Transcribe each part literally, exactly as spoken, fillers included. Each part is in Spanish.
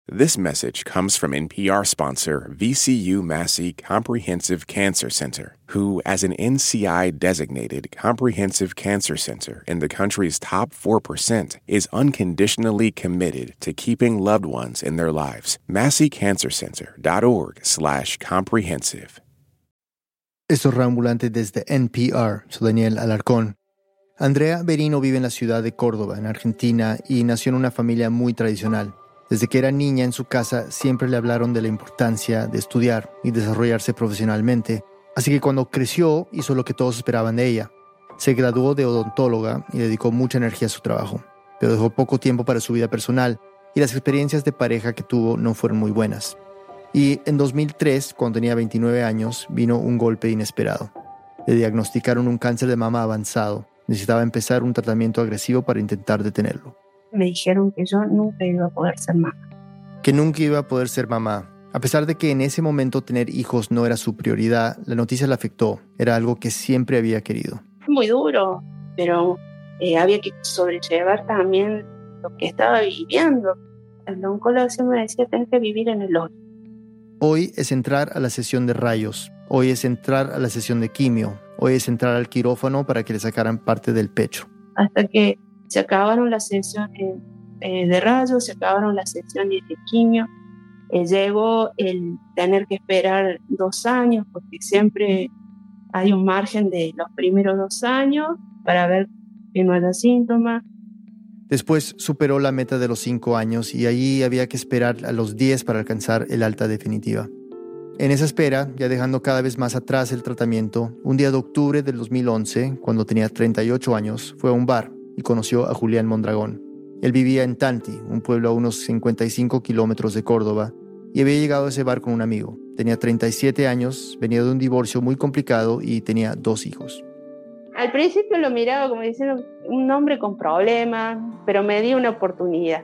This message comes from N P R sponsor V C U Massey Comprehensive Cancer Center, who, as an N C I-designated comprehensive cancer center in the country's top four percent, is unconditionally committed to keeping loved ones in their lives. massey cancer center dot org slash comprehensive. Esto es Reambulante desde N P R. Soy Daniel Alarcón. Andrea Berino vive en la ciudad de Córdoba, en Argentina, y nació en una familia muy tradicional. Desde que era niña en su casa siempre le hablaron de la importancia de estudiar y desarrollarse profesionalmente, así que cuando creció hizo lo que todos esperaban de ella. Se graduó de odontóloga y dedicó mucha energía a su trabajo, pero dejó poco tiempo para su vida personal y las experiencias de pareja que tuvo no fueron muy buenas. Y en dos mil tres, cuando tenía veintinueve años, vino un golpe inesperado. Le diagnosticaron un cáncer de mama avanzado. Necesitaba empezar un tratamiento agresivo para intentar detenerlo. Me dijeron que yo nunca iba a poder ser mamá. Que nunca iba a poder ser mamá. A pesar de que en ese momento tener hijos no era su prioridad, la noticia la afectó. Era algo que siempre había querido. Fue muy duro, pero eh, había que sobrellevar también lo que estaba viviendo. El oncólogo siempre me decía, tenés que vivir en el hoy. Hoy es entrar a la sesión de rayos. Hoy es entrar a la sesión de quimio. Hoy es entrar al quirófano para que le sacaran parte del pecho. Hasta que se acabaron las sesiones eh, de rayos, se acabaron las sesiones de quimio. Eh, llegó el tener que esperar dos años, porque siempre hay un margen de los primeros dos años para ver que no haya síntomas. Después superó la meta de los cinco años y allí había que esperar a los diez para alcanzar el alta definitiva. En esa espera, ya dejando cada vez más atrás el tratamiento, un día de octubre del dos mil once, cuando tenía treinta y ocho años, fue a un bar y conoció a Julián Mondragón. Él vivía en Tanti, un pueblo a unos cincuenta y cinco kilómetros de Córdoba, y había llegado a ese bar con un amigo. Tenía treinta y siete años, venía de un divorcio muy complicado y tenía dos hijos. Al principio lo miraba como diciendo un hombre con problemas, pero me dio una oportunidad.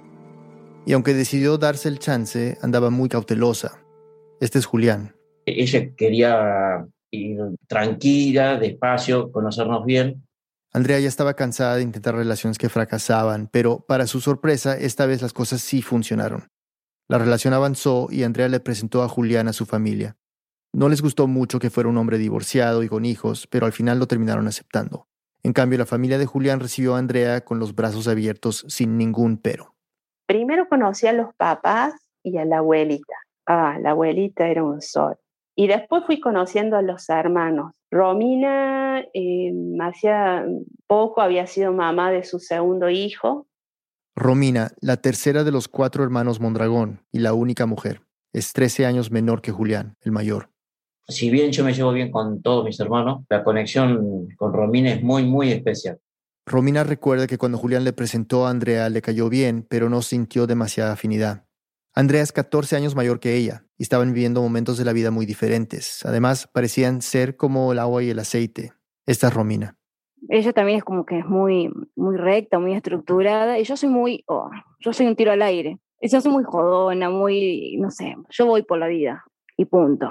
Y aunque decidió darse el chance, andaba muy cautelosa. Este es Julián. Ella quería ir tranquila, despacio, conocernos bien. Andrea ya estaba cansada de intentar relaciones que fracasaban, pero para su sorpresa, esta vez las cosas sí funcionaron. La relación avanzó y Andrea le presentó a Julián a su familia. No les gustó mucho que fuera un hombre divorciado y con hijos, pero al final lo terminaron aceptando. En cambio, la familia de Julián recibió a Andrea con los brazos abiertos sin ningún pero. Primero conocí a los papás y a la abuelita. Ah, la abuelita era un sol. Y después fui conociendo a los hermanos. Romina, eh, hacía poco había sido mamá de su segundo hijo. Romina, la tercera de los cuatro hermanos Mondragón y la única mujer. Es trece años menor que Julián, el mayor. Si bien yo me llevo bien con todos mis hermanos, la conexión con Romina es muy, muy especial. Romina recuerda que cuando Julián le presentó a Andrea le cayó bien, pero no sintió demasiada afinidad. Andrea es catorce años mayor que ella y estaban viviendo momentos de la vida muy diferentes. Además, parecían ser como el agua y el aceite. Esta es Romina. Ella también es como que es muy, muy recta, muy estructurada, y yo soy muy, oh, yo soy un tiro al aire. Yo soy muy jodona, muy, no sé, yo voy por la vida y punto.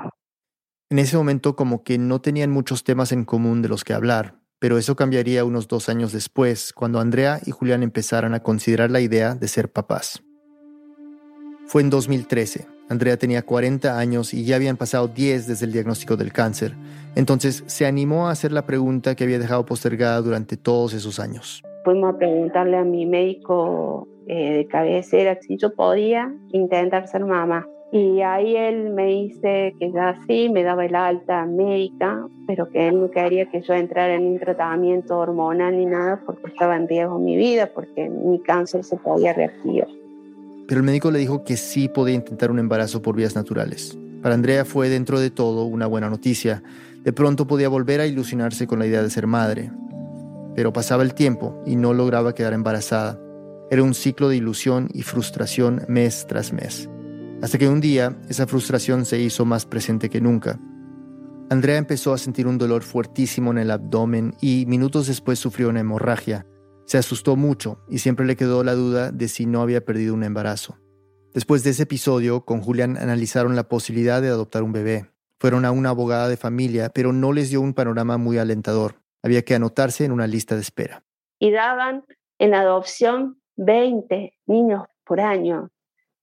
En ese momento como que no tenían muchos temas en común de los que hablar, pero eso cambiaría unos dos años después, cuando Andrea y Julián empezaran a considerar la idea de ser papás. Fue en dos mil trece. Andrea tenía cuarenta años y ya habían pasado diez desde el diagnóstico del cáncer. Entonces se animó a hacer la pregunta que había dejado postergada durante todos esos años. Fuimos a preguntarle a mi médico eh, de cabecera si yo podía intentar ser mamá. Y ahí él me dice que ya sí, me daba el alta médica, pero que él no quería que yo entrara en un tratamiento hormonal ni nada porque estaba en riesgo mi vida, porque mi cáncer se podía reactivar. Pero el médico le dijo que sí podía intentar un embarazo por vías naturales. Para Andrea fue, dentro de todo, una buena noticia. De pronto podía volver a ilusionarse con la idea de ser madre. Pero pasaba el tiempo y no lograba quedar embarazada. Era un ciclo de ilusión y frustración mes tras mes. Hasta que un día, esa frustración se hizo más presente que nunca. Andrea empezó a sentir un dolor fuertísimo en el abdomen y minutos después sufrió una hemorragia. Se asustó mucho y siempre le quedó la duda de si no había perdido un embarazo. Después de ese episodio, con Julián analizaron la posibilidad de adoptar un bebé. Fueron a una abogada de familia, pero no les dio un panorama muy alentador. Había que anotarse en una lista de espera. Y daban en adopción veinte niños por año.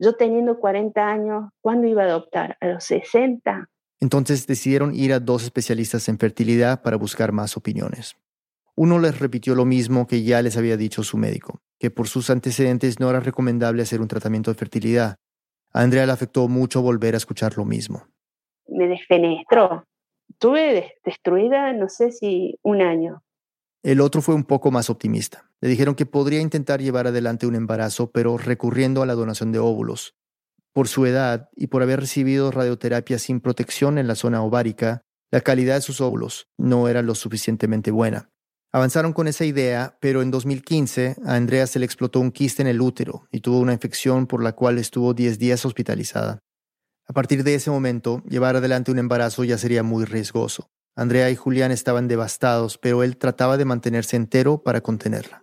Yo teniendo cuarenta años, ¿cuándo iba a adoptar? ¿A los sesenta? Entonces decidieron ir a dos especialistas en fertilidad para buscar más opiniones. Uno les repitió lo mismo que ya les había dicho su médico, que por sus antecedentes no era recomendable hacer un tratamiento de fertilidad. A Andrea le afectó mucho volver a escuchar lo mismo. Me desfenestró. Estuve destruida, no sé si un año. El otro fue un poco más optimista. Le dijeron que podría intentar llevar adelante un embarazo, pero recurriendo a la donación de óvulos. Por su edad y por haber recibido radioterapia sin protección en la zona ovárica, la calidad de sus óvulos no era lo suficientemente buena. Avanzaron con esa idea, pero en dos mil quince a Andrea se le explotó un quiste en el útero y tuvo una infección por la cual estuvo diez días hospitalizada. A partir de ese momento, llevar adelante un embarazo ya sería muy riesgoso. Andrea y Julián estaban devastados, pero él trataba de mantenerse entero para contenerla.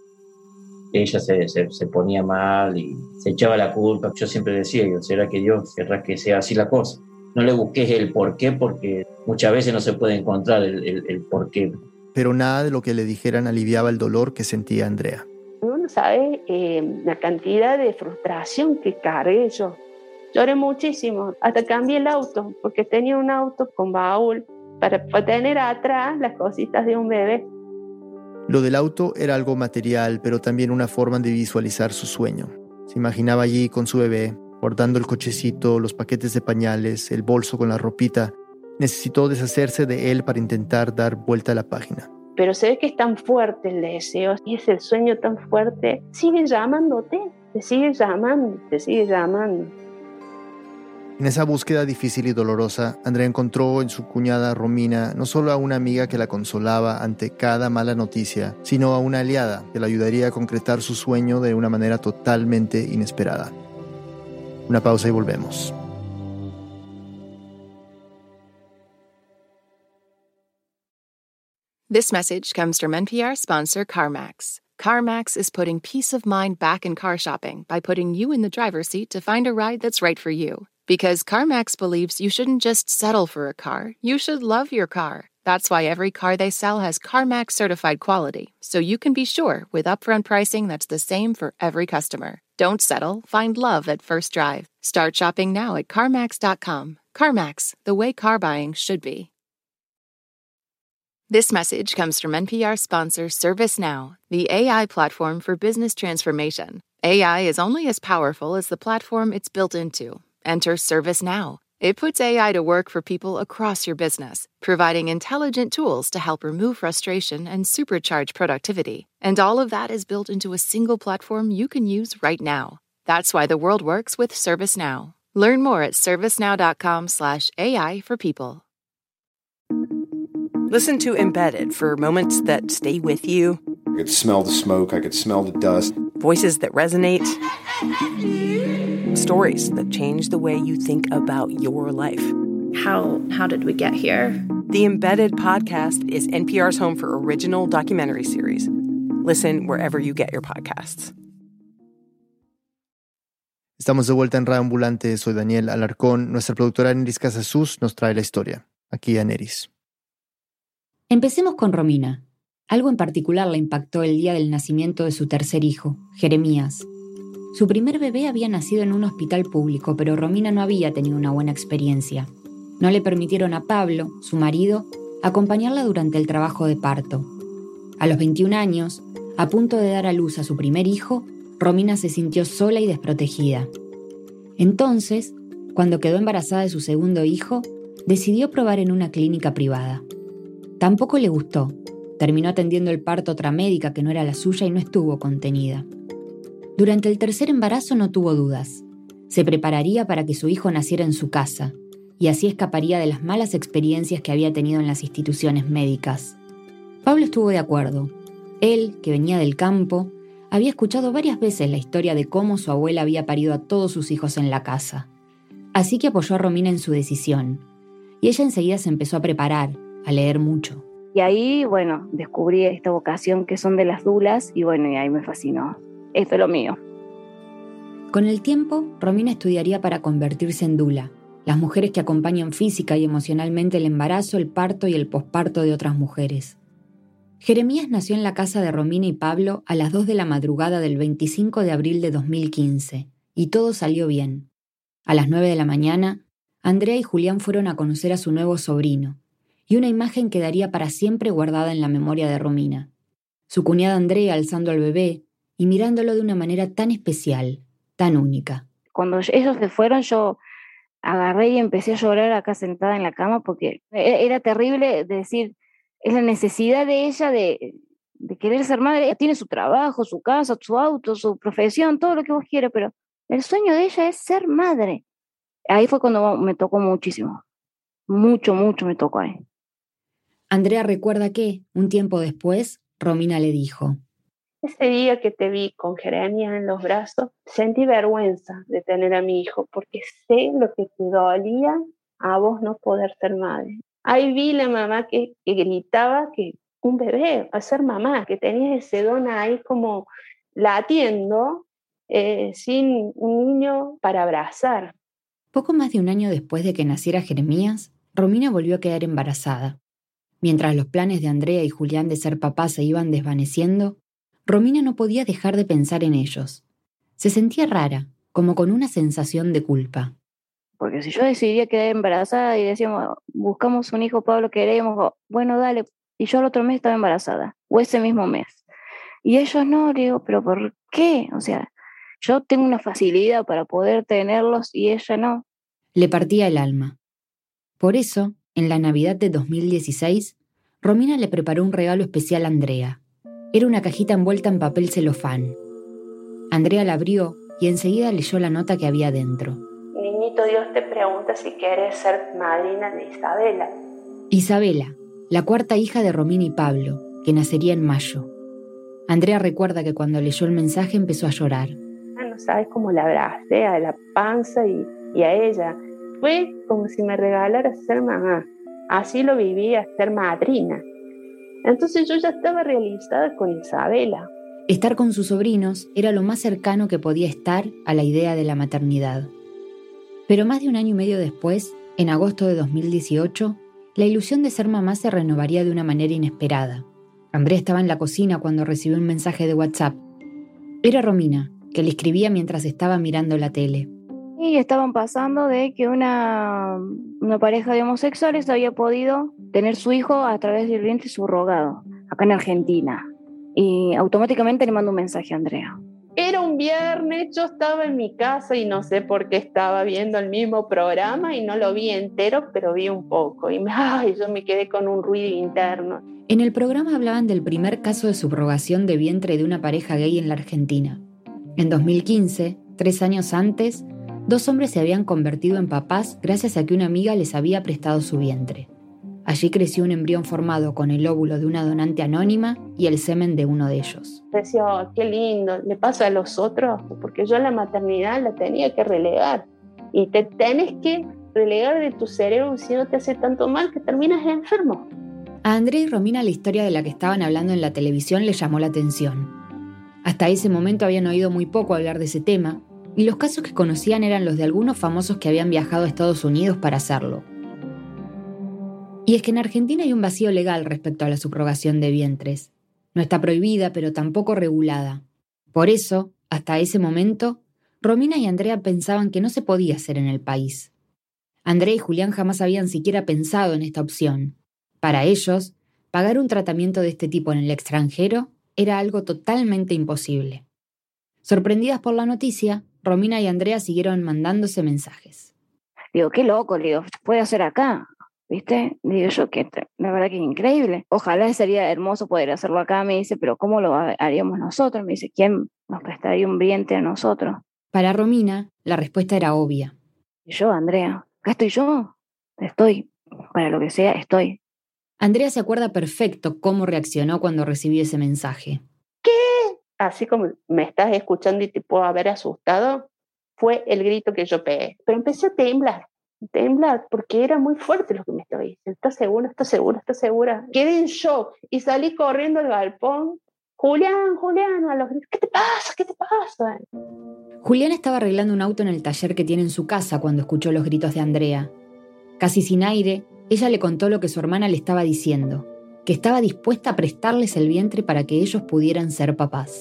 Ella se, se, se ponía mal y se echaba la culpa. Yo siempre decía, ¿será que Dios querrá que sea así la cosa? No le busques el por qué, porque muchas veces no se puede encontrar el, el, el por qué. Pero nada de lo que le dijeran aliviaba el dolor que sentía Andrea. Uno no sabe eh, la cantidad de frustración que cargué yo. Lloré muchísimo, hasta cambié el auto, porque tenía un auto con baúl para, para tener atrás las cositas de un bebé. Lo del auto era algo material, pero también una forma de visualizar su sueño. Se imaginaba allí con su bebé, guardando el cochecito, los paquetes de pañales, el bolso con la ropita. Necesitó deshacerse de él para intentar dar vuelta a la página. Pero se ve que es tan fuerte el deseo y es el sueño tan fuerte. Sigue llamándote, te sigue llamando, te sigue llamando. En esa búsqueda difícil y dolorosa, Andrea encontró en su cuñada Romina no solo a una amiga que la consolaba ante cada mala noticia, sino a una aliada que la ayudaría a concretar su sueño de una manera totalmente inesperada. Una pausa y volvemos. This message comes from N P R sponsor CarMax. CarMax is putting peace of mind back in car shopping by putting you in the driver's seat to find a ride that's right for you. Because CarMax believes you shouldn't just settle for a car, you should love your car. That's why every car they sell has CarMax certified quality, so you can be sure with upfront pricing that's the same for every customer. Don't settle, find love at first drive. Start shopping now at CarMax dot com. CarMax, the way car buying should be. This message comes from N P R sponsor ServiceNow, the A I platform for business transformation. A I is only as powerful as the platform it's built into. Enter ServiceNow. It puts A I to work for people across your business, providing intelligent tools to help remove frustration and supercharge productivity. And all of that is built into a single platform you can use right now. That's why the world works with ServiceNow. Learn more at servicenow.com slash AI for people. Listen to Embedded for moments that stay with you. I could smell the smoke. I could smell the dust. Voices that resonate. Stories that change the way you think about your life. How how did we get here? The Embedded podcast is N P R's home for original documentary series. Listen wherever you get your podcasts. Estamos de vuelta en Radio Ambulante. Soy Daniel Alarcón. Nuestra productora Neris Casasus nos trae la historia. Aquí a Neris. Empecemos con Romina. Algo en particular la impactó el día del nacimiento de su tercer hijo, Jeremías. Su primer bebé había nacido en un hospital público, pero Romina no había tenido una buena experiencia. No le permitieron a Pablo, su marido, acompañarla durante el trabajo de parto. A los veintiún años, a punto de dar a luz a su primer hijo, Romina se sintió sola y desprotegida. Entonces, cuando quedó embarazada de su segundo hijo, decidió probar en una clínica privada. Tampoco le gustó. Terminó atendiendo el parto otra médica que no era la suya y no estuvo contenida. Durante el tercer embarazo no tuvo dudas. Se prepararía para que su hijo naciera en su casa, y así escaparía de las malas experiencias que había tenido en las instituciones médicas. Pablo estuvo de acuerdo. Él, que venía del campo, había escuchado varias veces la historia de cómo su abuela había parido a todos sus hijos en la casa. Así que apoyó a Romina en su decisión. Y ella enseguida se empezó a preparar, a leer mucho. Y ahí, bueno, descubrí esta vocación que son de las dulas y bueno, y ahí me fascinó. Esto es lo mío. Con el tiempo, Romina estudiaría para convertirse en dula, las mujeres que acompañan física y emocionalmente el embarazo, el parto y el posparto de otras mujeres. Jeremías nació en la casa de Romina y Pablo a las dos de la madrugada del veinticinco de abril de dos mil quince y todo salió bien. A las nueve de la mañana, Andrea y Julián fueron a conocer a su nuevo sobrino, y una imagen quedaría para siempre guardada en la memoria de Romina. Su cuñada Andrea alzando al bebé y mirándolo de una manera tan especial, tan única. Cuando ellos se fueron, yo agarré y empecé a llorar acá sentada en la cama porque era terrible decir, es la necesidad de ella de, de querer ser madre. Ella tiene su trabajo, su casa, su auto, su profesión, todo lo que vos quieras, pero el sueño de ella es ser madre. Ahí fue cuando me tocó muchísimo. Mucho, mucho me tocó ahí. Andrea recuerda que, un tiempo después, Romina le dijo: ese día que te vi con Jeremías en los brazos, sentí vergüenza de tener a mi hijo, porque sé lo que te dolía a vos no poder ser madre. Ahí vi la mamá que, que gritaba que un bebé, a ser mamá, que tenías ese don ahí como latiendo, eh, sin un niño para abrazar. Poco más de un año después de que naciera Jeremías, Romina volvió a quedar embarazada. Mientras los planes de Andrea y Julián de ser papás se iban desvaneciendo, Romina no podía dejar de pensar en ellos. Se sentía rara, como con una sensación de culpa. Porque si yo decidía quedar embarazada y decíamos, buscamos un hijo, Pablo, queremos, bueno, dale, y yo el otro mes estaba embarazada, o ese mismo mes. Y ellos no, le digo, ¿pero por qué? O sea, yo tengo una facilidad para poder tenerlos y ella no. Le partía el alma. Por eso, en la Navidad de dos mil dieciséis, Romina le preparó un regalo especial a Andrea. Era una cajita envuelta en papel celofán. Andrea la abrió y enseguida leyó la nota que había dentro. Niñito, Dios te pregunta si quieres ser madrina de Isabela. Isabela, la cuarta hija de Romina y Pablo, que nacería en mayo. Andrea recuerda que cuando leyó el mensaje empezó a llorar. No sabes cómo la abracé a la panza y, y a ella. Fue como si me regalara ser mamá. Así lo vivía, ser madrina. Entonces yo ya estaba realizada con Isabela. Estar con sus sobrinos era lo más cercano que podía estar a la idea de la maternidad. Pero más de un año y medio después, en agosto de dos mil dieciocho, la ilusión de ser mamá se renovaría de una manera inesperada. Andrea estaba en la cocina cuando recibió un mensaje de WhatsApp. Era Romina, que le escribía mientras estaba mirando la tele. Y estaban pasando de que una, una pareja de homosexuales había podido tener su hijo a través del vientre subrogado, acá en Argentina. Y automáticamente le mando un mensaje a Andrea. Era un viernes, yo estaba en mi casa y no sé por qué estaba viendo el mismo programa y no lo vi entero, pero vi un poco. Y ay, yo me quedé con un ruido interno. En el programa hablaban del primer caso de subrogación de vientre de una pareja gay en la Argentina. En dos mil quince, tres años antes, dos hombres se habían convertido en papás gracias a que una amiga les había prestado su vientre. Allí creció un embrión formado con el óvulo de una donante anónima y el semen de uno de ellos. Decía, oh, qué lindo, le pasa a los otros, porque yo la maternidad la tenía que relegar. Y te tenés que relegar de tu cerebro si no te hace tanto mal que terminas enfermo. A Andrea y Romina la historia de la que estaban hablando en la televisión les llamó la atención. Hasta ese momento habían oído muy poco hablar de ese tema, y los casos que conocían eran los de algunos famosos que habían viajado a Estados Unidos para hacerlo. Y es que en Argentina hay un vacío legal respecto a la subrogación de vientres. No está prohibida, pero tampoco regulada. Por eso, hasta ese momento, Romina y Andrea pensaban que no se podía hacer en el país. Andrea y Julián jamás habían siquiera pensado en esta opción. Para ellos, pagar un tratamiento de este tipo en el extranjero era algo totalmente imposible. Sorprendidas por la noticia, Romina y Andrea siguieron mandándose mensajes. Digo, qué loco, le digo, puede hacer acá. ¿Viste? Digo yo que la verdad que es increíble. Ojalá sería hermoso poder hacerlo acá, me dice, pero ¿cómo lo haríamos nosotros? Me dice, ¿quién nos prestaría un vientre a nosotros? Para Romina, la respuesta era obvia. Y yo, Andrea, acá estoy yo. Estoy. Para lo que sea, estoy. Andrea se acuerda perfecto cómo reaccionó cuando recibió ese mensaje. ¿Qué? Así como me estás escuchando y te puedo haber asustado, fue el grito que yo pegué. Pero empecé a temblar. temblar, porque era muy fuerte lo que me estaba diciendo. ¿Estás segura? ¿Estás segura? ¿Estás segura? Quedé en shock y salí corriendo al galpón. Julián, Julián, a los gritos, ¿qué te pasa? ¿Qué te pasa? Julián estaba arreglando un auto en el taller que tiene en su casa cuando escuchó los gritos de Andrea. Casi sin aire, ella le contó lo que su hermana le estaba diciendo, que estaba dispuesta a prestarles el vientre para que ellos pudieran ser papás.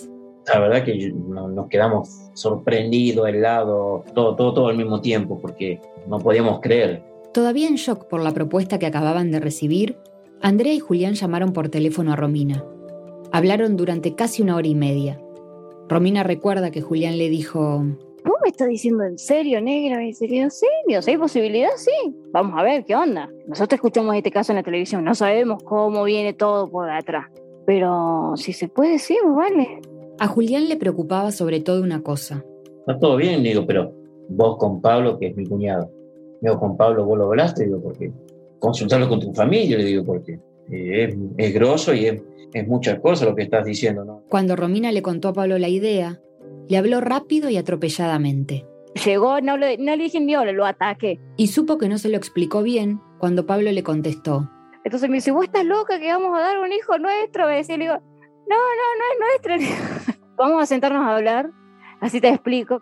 La verdad que yo, no, nos quedamos sorprendidos, helados, todo, todo, todo al mismo tiempo, porque no podíamos creer. Todavía en shock por la propuesta que acababan de recibir, Andrea y Julián llamaron por teléfono a Romina. Hablaron durante casi una hora y media. Romina recuerda que Julián le dijo: ¿Vos me estás diciendo en serio, negra? Y se quedó, sí, digo, ¿sí hay posibilidad? Sí. Vamos a ver, ¿qué onda? Nosotros escuchamos este caso en la televisión, no sabemos cómo viene todo por atrás. Pero si se puede, sí, vale. A Julián le preocupaba sobre todo una cosa. Está todo bien, digo, pero vos con Pablo, que es mi cuñado, digo, con Pablo vos lo hablaste, digo, porque consultarlo con tu familia, le digo, porque eh, es, es grosso y es, es muchas cosas lo que estás diciendo, ¿no? Cuando Romina le contó a Pablo la idea, le habló rápido y atropelladamente. Llegó, no le, no le dije ni hola, lo ataqué. Y supo que no se lo explicó bien cuando Pablo le contestó. Entonces me dice, ¿vos estás loca que vamos a dar un hijo nuestro? Me decía, le digo, no, no, no es nuestro. Vamos a sentarnos a hablar, así te explico.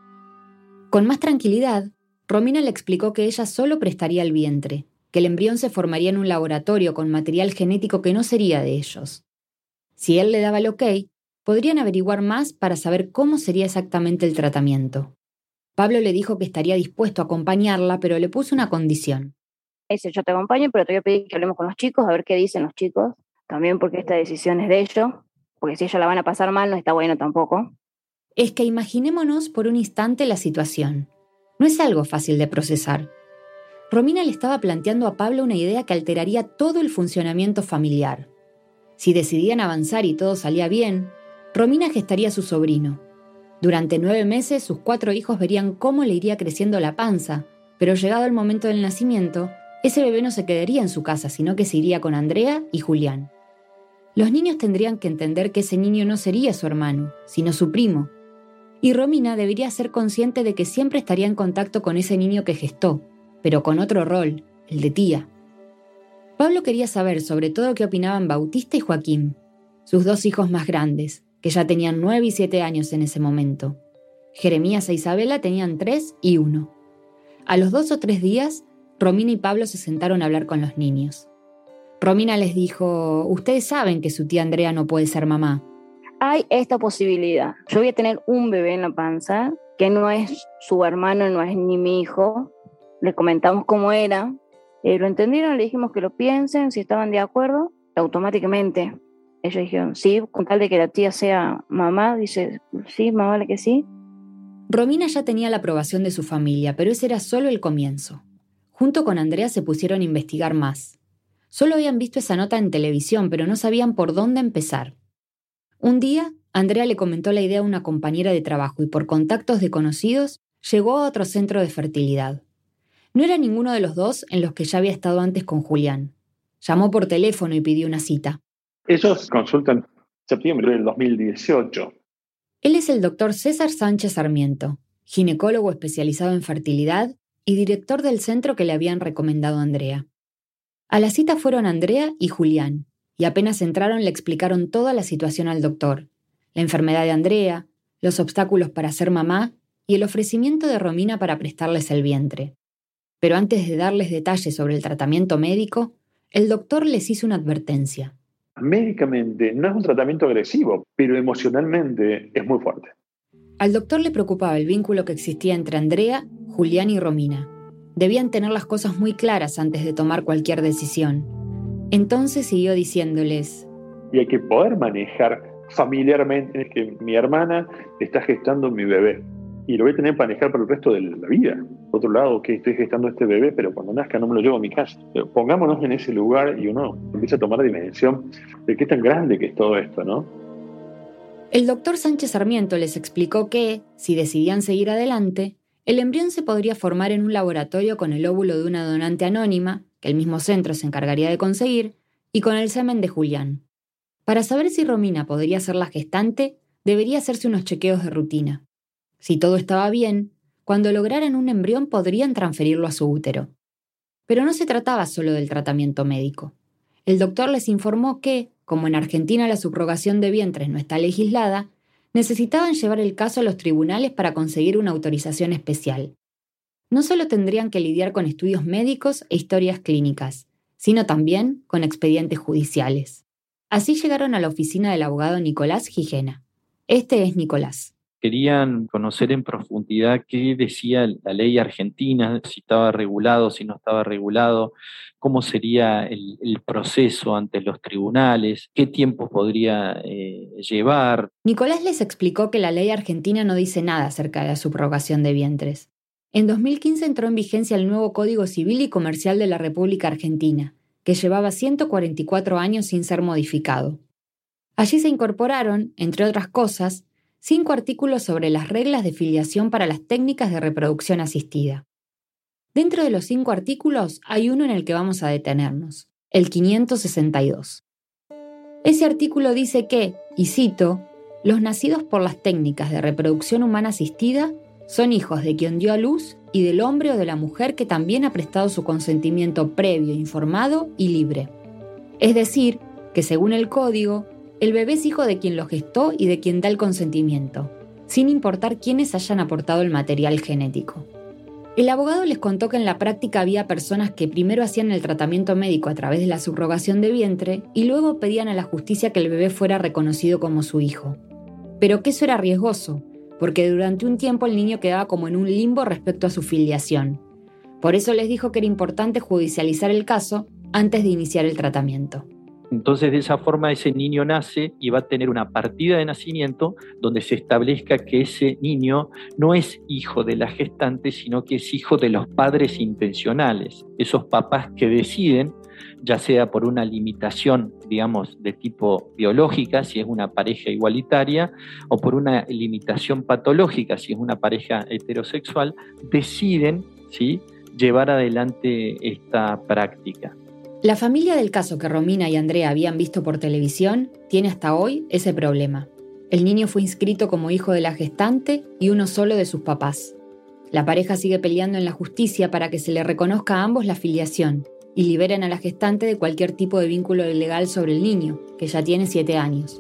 Con más tranquilidad, Romina le explicó que ella solo prestaría el vientre, que el embrión se formaría en un laboratorio con material genético que no sería de ellos. Si él le daba el ok, podrían averiguar más para saber cómo sería exactamente el tratamiento. Pablo le dijo que estaría dispuesto a acompañarla, pero le puso una condición. Dice, yo te acompaño, pero te voy a pedir que hablemos con los chicos, a ver qué dicen los chicos. También porque esta decisión es de ellos, porque si ellos la van a pasar mal, no está bueno tampoco. Es que imaginémonos por un instante la situación. No es algo fácil de procesar. Romina le estaba planteando a Pablo una idea que alteraría todo el funcionamiento familiar. Si decidían avanzar y todo salía bien, Romina gestaría a su sobrino. Durante nueve meses, sus cuatro hijos verían cómo le iría creciendo la panza, pero llegado el momento del nacimiento, ese bebé no se quedaría en su casa, sino que se iría con Andrea y Julián. Los niños tendrían que entender que ese niño no sería su hermano, sino su primo. Y Romina debería ser consciente de que siempre estaría en contacto con ese niño que gestó, pero con otro rol, el de tía. Pablo quería saber sobre todo qué opinaban Bautista y Joaquín, sus dos hijos más grandes, que ya tenían nueve y siete años en ese momento. Jeremías e Isabela tenían tres y uno. A los dos o tres días, Romina y Pablo se sentaron a hablar con los niños. Romina les dijo, ustedes saben que su tía Andrea no puede ser mamá. Hay esta posibilidad. Yo voy a tener un bebé en la panza, que no es su hermano, no es ni mi hijo. Le comentamos cómo era. Eh, lo entendieron, le dijimos que lo piensen, si estaban de acuerdo. Automáticamente ellos dijeron, sí, con tal de que la tía sea mamá. Dice, sí, más vale que sí. Romina ya tenía la aprobación de su familia, pero ese era solo el comienzo. Junto con Andrea se pusieron a investigar más. Solo habían visto esa nota en televisión, pero no sabían por dónde empezar. Un día, Andrea le comentó la idea a una compañera de trabajo y por contactos de conocidos, llegó a otro centro de fertilidad. No era ninguno de los dos en los que ya había estado antes con Julián. Llamó por teléfono y pidió una cita. Ellos consultan en septiembre del dos mil dieciocho. Él es el doctor César Sánchez Sarmiento, ginecólogo especializado en fertilidad y director del centro que le habían recomendado a Andrea. A la cita fueron Andrea y Julián, y apenas entraron le explicaron toda la situación al doctor, la enfermedad de Andrea, los obstáculos para ser mamá y el ofrecimiento de Romina para prestarles el vientre. Pero antes de darles detalles sobre el tratamiento médico, el doctor les hizo una advertencia. Médicamente no es un tratamiento agresivo, pero emocionalmente es muy fuerte. Al doctor le preocupaba el vínculo que existía entre Andrea, Julián y Romina. Debían tener las cosas muy claras antes de tomar cualquier decisión. Entonces siguió diciéndoles... Y hay que poder manejar familiarmente, es que mi hermana está gestando mi bebé y lo voy a tener que manejar para el resto de la vida. Por otro lado, que estoy gestando este bebé, pero cuando nazca no me lo llevo a mi casa. Pero pongámonos en ese lugar y uno empieza a tomar dimensión de qué tan grande que es todo esto, ¿no? El doctor Sánchez Sarmiento les explicó que, si decidían seguir adelante, el embrión se podría formar en un laboratorio con el óvulo de una donante anónima, que el mismo centro se encargaría de conseguir, y con el semen de Julián. Para saber si Romina podría ser la gestante, debería hacerse unos chequeos de rutina. Si todo estaba bien, cuando lograran un embrión podrían transferirlo a su útero. Pero no se trataba solo del tratamiento médico. El doctor les informó que, como en Argentina la subrogación de vientres no está legislada, necesitaban llevar el caso a los tribunales para conseguir una autorización especial. No solo tendrían que lidiar con estudios médicos e historias clínicas, sino también con expedientes judiciales. Así llegaron a la oficina del abogado Nicolás Gijena. Este es Nicolás. Querían conocer en profundidad qué decía la ley argentina, si estaba regulado, si no estaba regulado, cómo sería el, el proceso ante los tribunales, qué tiempo podría eh, llevar. Nicolás les explicó que la ley argentina no dice nada acerca de la subrogación de vientres. En dos mil quince entró en vigencia el nuevo Código Civil y Comercial de la República Argentina, que llevaba ciento cuarenta y cuatro años sin ser modificado. Allí se incorporaron, entre otras cosas, cinco artículos sobre las reglas de filiación para las técnicas de reproducción asistida. Dentro de los cinco artículos hay uno en el que vamos a detenernos, el quinientos sesenta y dos. Ese artículo dice que, y cito, los nacidos por las técnicas de reproducción humana asistida son hijos de quien dio a luz y del hombre o de la mujer que también ha prestado su consentimiento previo, informado y libre. Es decir, que según el código, el bebé es hijo de quien lo gestó y de quien da el consentimiento, sin importar quiénes hayan aportado el material genético. El abogado les contó que en la práctica había personas que primero hacían el tratamiento médico a través de la subrogación de vientre y luego pedían a la justicia que el bebé fuera reconocido como su hijo. Pero que eso era riesgoso, porque durante un tiempo el niño quedaba como en un limbo respecto a su filiación. Por eso les dijo que era importante judicializar el caso antes de iniciar el tratamiento. Entonces, de esa forma, ese niño nace y va a tener una partida de nacimiento donde se establezca que ese niño no es hijo de la gestante, sino que es hijo de los padres intencionales, esos papás que deciden, ya sea por una limitación, digamos, de tipo biológica, si es una pareja igualitaria, o por una limitación patológica, si es una pareja heterosexual, deciden, ¿sí?, llevar adelante esta práctica. La familia del caso que Romina y Andrea habían visto por televisión tiene hasta hoy ese problema. El niño fue inscrito como hijo de la gestante y uno solo de sus papás. La pareja sigue peleando en la justicia para que se le reconozca a ambos la filiación y liberen a la gestante de cualquier tipo de vínculo legal sobre el niño, que ya tiene siete años.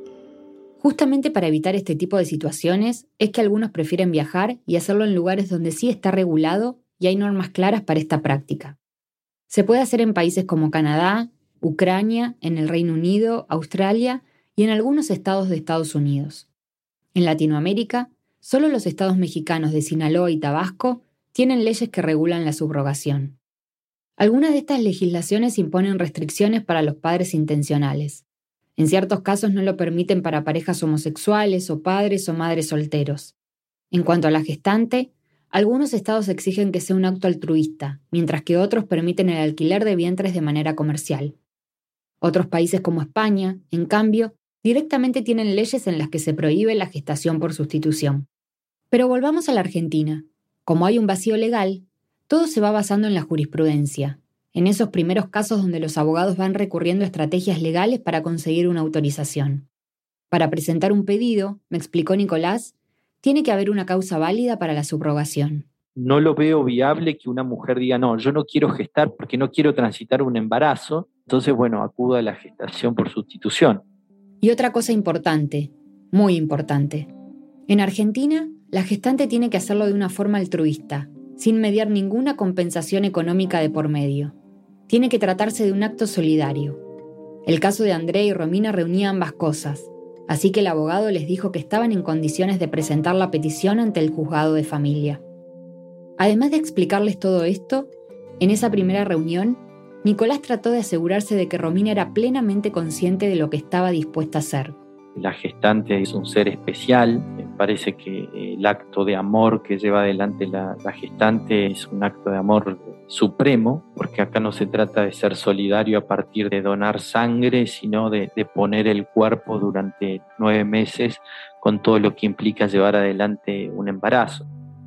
Justamente para evitar este tipo de situaciones es que algunos prefieren viajar y hacerlo en lugares donde sí está regulado y hay normas claras para esta práctica. Se puede hacer en países como Canadá, Ucrania, en el Reino Unido, Australia y en algunos estados de Estados Unidos. En Latinoamérica, solo los estados mexicanos de Sinaloa y Tabasco tienen leyes que regulan la subrogación. Algunas de estas legislaciones imponen restricciones para los padres intencionales. En ciertos casos no lo permiten para parejas homosexuales o padres o madres solteros. En cuanto a la gestante, algunos estados exigen que sea un acto altruista, mientras que otros permiten el alquiler de vientres de manera comercial. Otros países como España, en cambio, directamente tienen leyes en las que se prohíbe la gestación por sustitución. Pero volvamos a la Argentina. Como hay un vacío legal, todo se va basando en la jurisprudencia, en esos primeros casos donde los abogados van recurriendo a estrategias legales para conseguir una autorización. Para presentar un pedido, me explicó Nicolás, tiene que haber una causa válida para la subrogación. No lo veo viable que una mujer diga, no, yo no quiero gestar porque no quiero transitar un embarazo, entonces, bueno, acudo a la gestación por sustitución. Y otra cosa importante, muy importante. En Argentina, la gestante tiene que hacerlo de una forma altruista, sin mediar ninguna compensación económica de por medio. Tiene que tratarse de un acto solidario. El caso de Andrea y Romina reunía ambas cosas. Así que el abogado les dijo que estaban en condiciones de presentar la petición ante el juzgado de familia. Además de explicarles todo esto, en esa primera reunión, Nicolás trató de asegurarse de que Romina era plenamente consciente de lo que estaba dispuesta a hacer. La gestante es un ser especial, me parece que el acto de amor que lleva adelante la, la gestante es un acto de amor supremo, porque acá no se trata de ser solidario a partir de donar sangre, sino de, de poner el cuerpo durante nueve meses con todo lo que implica llevar adelante un embarazo.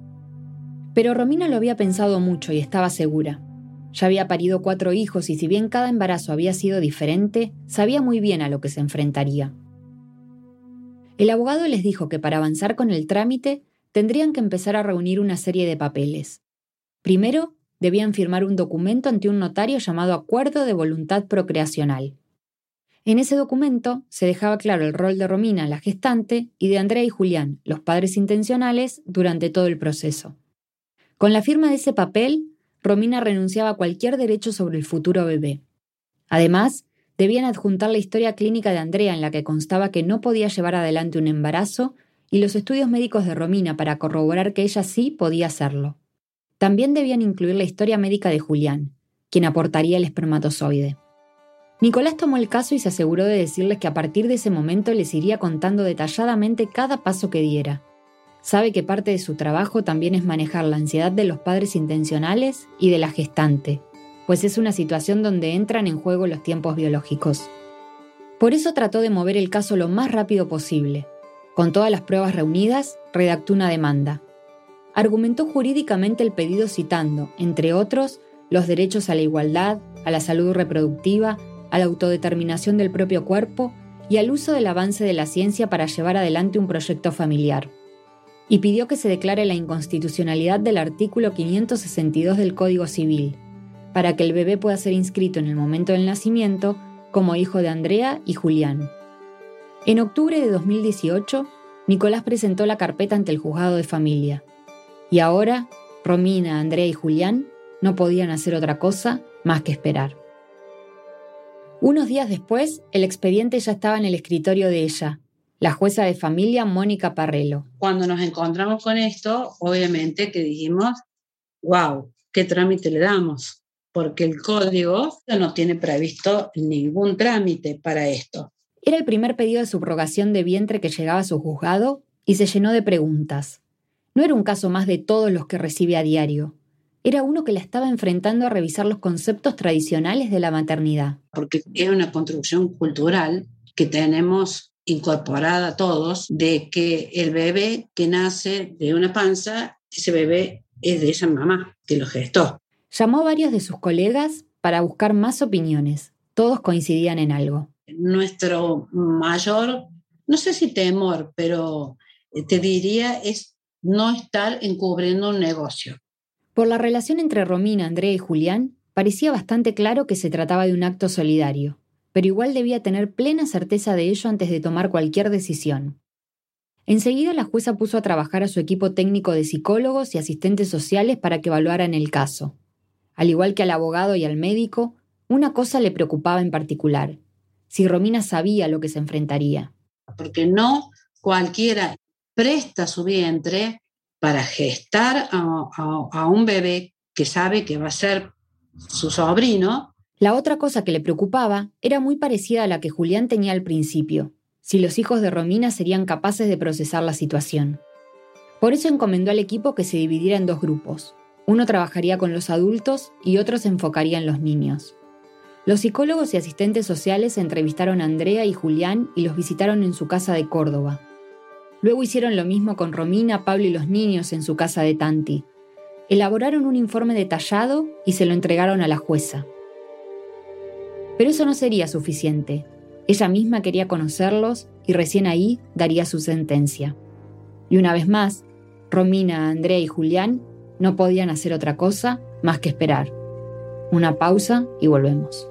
Pero Romina lo había pensado mucho y estaba segura. Ya había parido cuatro hijos y si bien cada embarazo había sido diferente, sabía muy bien a lo que se enfrentaría. El abogado les dijo que para avanzar con el trámite tendrían que empezar a reunir una serie de papeles. Primero, debían firmar un documento ante un notario llamado Acuerdo de Voluntad Procreacional. En ese documento se dejaba claro el rol de Romina, la gestante, y de Andrea y Julián, los padres intencionales, durante todo el proceso. Con la firma de ese papel, Romina renunciaba a cualquier derecho sobre el futuro bebé. Además, Debían adjuntar la historia clínica de Andrea en la que constaba que no podía llevar adelante un embarazo y los estudios médicos de Romina para corroborar que ella sí podía hacerlo. También debían incluir la historia médica de Julián, quien aportaría el espermatozoide. Nicolás tomó el caso y se aseguró de decirles que a partir de ese momento les iría contando detalladamente cada paso que diera. Sabe que parte de su trabajo también es manejar la ansiedad de los padres intencionales y de la gestante, pues es una situación donde entran en juego los tiempos biológicos. Por eso trató de mover el caso lo más rápido posible. Con todas las pruebas reunidas, redactó una demanda. Argumentó jurídicamente el pedido citando, entre otros, los derechos a la igualdad, a la salud reproductiva, a la autodeterminación del propio cuerpo y al uso del avance de la ciencia para llevar adelante un proyecto familiar. Y pidió que se declare la inconstitucionalidad del artículo quinientos sesenta y dos del Código Civil, para que el bebé pueda ser inscrito en el momento del nacimiento como hijo de Andrea y Julián. En octubre de dos mil dieciocho, Nicolás presentó la carpeta ante el juzgado de familia. Y ahora, Romina, Andrea y Julián no podían hacer otra cosa más que esperar. Unos días después, el expediente ya estaba en el escritorio de ella, la jueza de familia Mónica Parrelo. Cuando nos encontramos con esto, obviamente que dijimos, wow, ¿qué trámite le damos? Porque el código no tiene previsto ningún trámite para esto. Era el primer pedido de subrogación de vientre que llegaba a su juzgado y se llenó de preguntas. No era un caso más de todos los que recibe a diario. Era uno que la estaba enfrentando a revisar los conceptos tradicionales de la maternidad. Porque es una construcción cultural que tenemos incorporada todos, de que el bebé que nace de una panza, ese bebé es de esa mamá que lo gestó. Llamó a varios de sus colegas para buscar más opiniones. Todos coincidían en algo. Nuestro mayor, no sé si temor, pero te diría es no estar encubriendo un negocio. Por la relación entre Romina, Andrea y Julián, parecía bastante claro que se trataba de un acto solidario, pero igual debía tener plena certeza de ello antes de tomar cualquier decisión. Enseguida la jueza puso a trabajar a su equipo técnico de psicólogos y asistentes sociales para que evaluaran el caso. Al igual que al abogado y al médico, una cosa le preocupaba en particular: si Romina sabía lo que se enfrentaría. Porque no cualquiera presta su vientre para gestar a, a, a un bebé que sabe que va a ser su sobrino. La otra cosa que le preocupaba era muy parecida a la que Julián tenía al principio: si los hijos de Romina serían capaces de procesar la situación. Por eso encomendó al equipo que se dividiera en dos grupos. Uno trabajaría con los adultos y otro se enfocaría en los niños. Los psicólogos y asistentes sociales entrevistaron a Andrea y Julián y los visitaron en su casa de Córdoba. Luego hicieron lo mismo con Romina, Pablo y los niños en su casa de Tanti. Elaboraron un informe detallado y se lo entregaron a la jueza. Pero eso no sería suficiente. Ella misma quería conocerlos y recién ahí daría su sentencia. Y una vez más, Romina, Andrea y Julián no podían hacer otra cosa más que esperar. Una pausa y volvemos.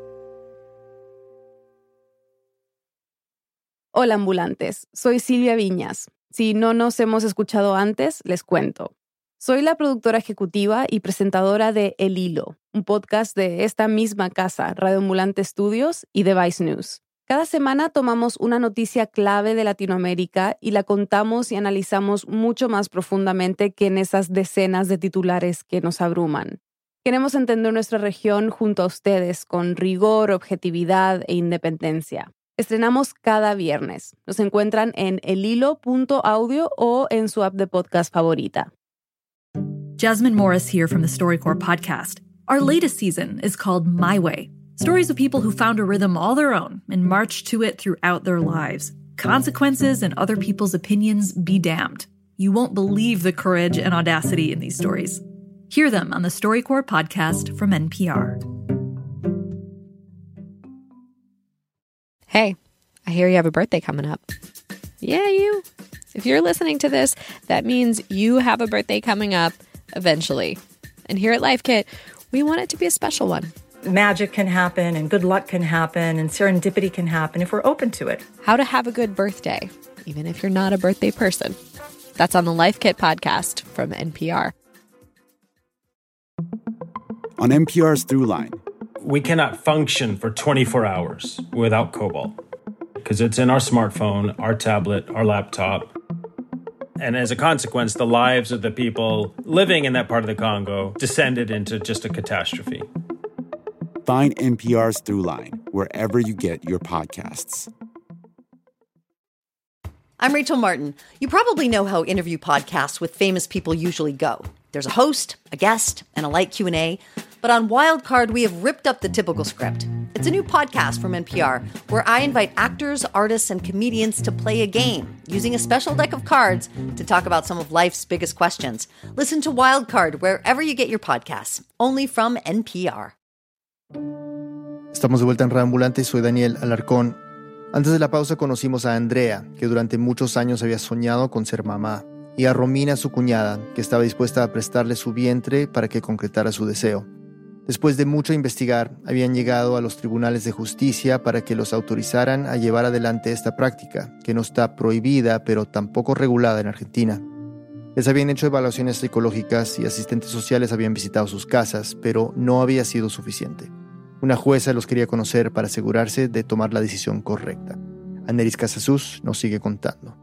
Hola ambulantes, soy Silvia Viñas. Si no nos hemos escuchado antes, les cuento. Soy la productora ejecutiva y presentadora de El Hilo, un podcast de esta misma casa, Radio Ambulante Studios y The Vice News. Cada semana tomamos una noticia clave de Latinoamérica y la contamos y analizamos mucho más profundamente que en esas decenas de titulares que nos abruman. Queremos entender nuestra región junto a ustedes con rigor, objetividad e independencia. Estrenamos cada viernes. Nos encuentran en elhilo punto audio o en su app de podcast favorita. Jasmine Morris here from the StoryCorps podcast. Our latest season is called My Way. Stories of people who found a rhythm all their own and marched to it throughout their lives. Consequences and other people's opinions be damned. You won't believe the courage and audacity in these stories. Hear them on the StoryCorps podcast from N P R. Hey, I hear you have a birthday coming up. Yeah, you. If you're listening to this, that means you have a birthday coming up eventually. And here at Life Kit, we want it to be a special one. Magic can happen and good luck can happen and serendipity can happen if we're open to it. How to have a good birthday, even if you're not a birthday person. That's on the Life Kit podcast from N P R. On N P R's Throughline, we cannot function for twenty-four hours without cobalt because it's in our smartphone, our tablet, our laptop. And as a consequence, the lives of the people living in that part of the Congo descended into just a catastrophe. Find N P R's Throughline wherever you get your podcasts. I'm Rachel Martin. You probably know how interview podcasts with famous people usually go. There's a host, a guest, and a light Q and A. But on Wildcard, we have ripped up the typical script. It's a new podcast from N P R where I invite actors, artists, and comedians to play a game using a special deck of cards to talk about some of life's biggest questions. Listen to Wildcard wherever you get your podcasts, only from N P R. Estamos de vuelta en Reambulante y soy Daniel Alarcón. Antes de la pausa conocimos a Andrea, que durante muchos años había soñado con ser mamá, y a Romina, su cuñada, que estaba dispuesta a prestarle su vientre para que concretara su deseo. Después de mucho investigar, habían llegado a los tribunales de justicia para que los autorizaran a llevar adelante esta práctica, que no está prohibida, pero tampoco regulada en Argentina. Les habían hecho evaluaciones psicológicas y asistentes sociales habían visitado sus casas, pero no había sido suficiente. Una jueza los quería conocer para asegurarse de tomar la decisión correcta. Aneris Casasus nos sigue contando.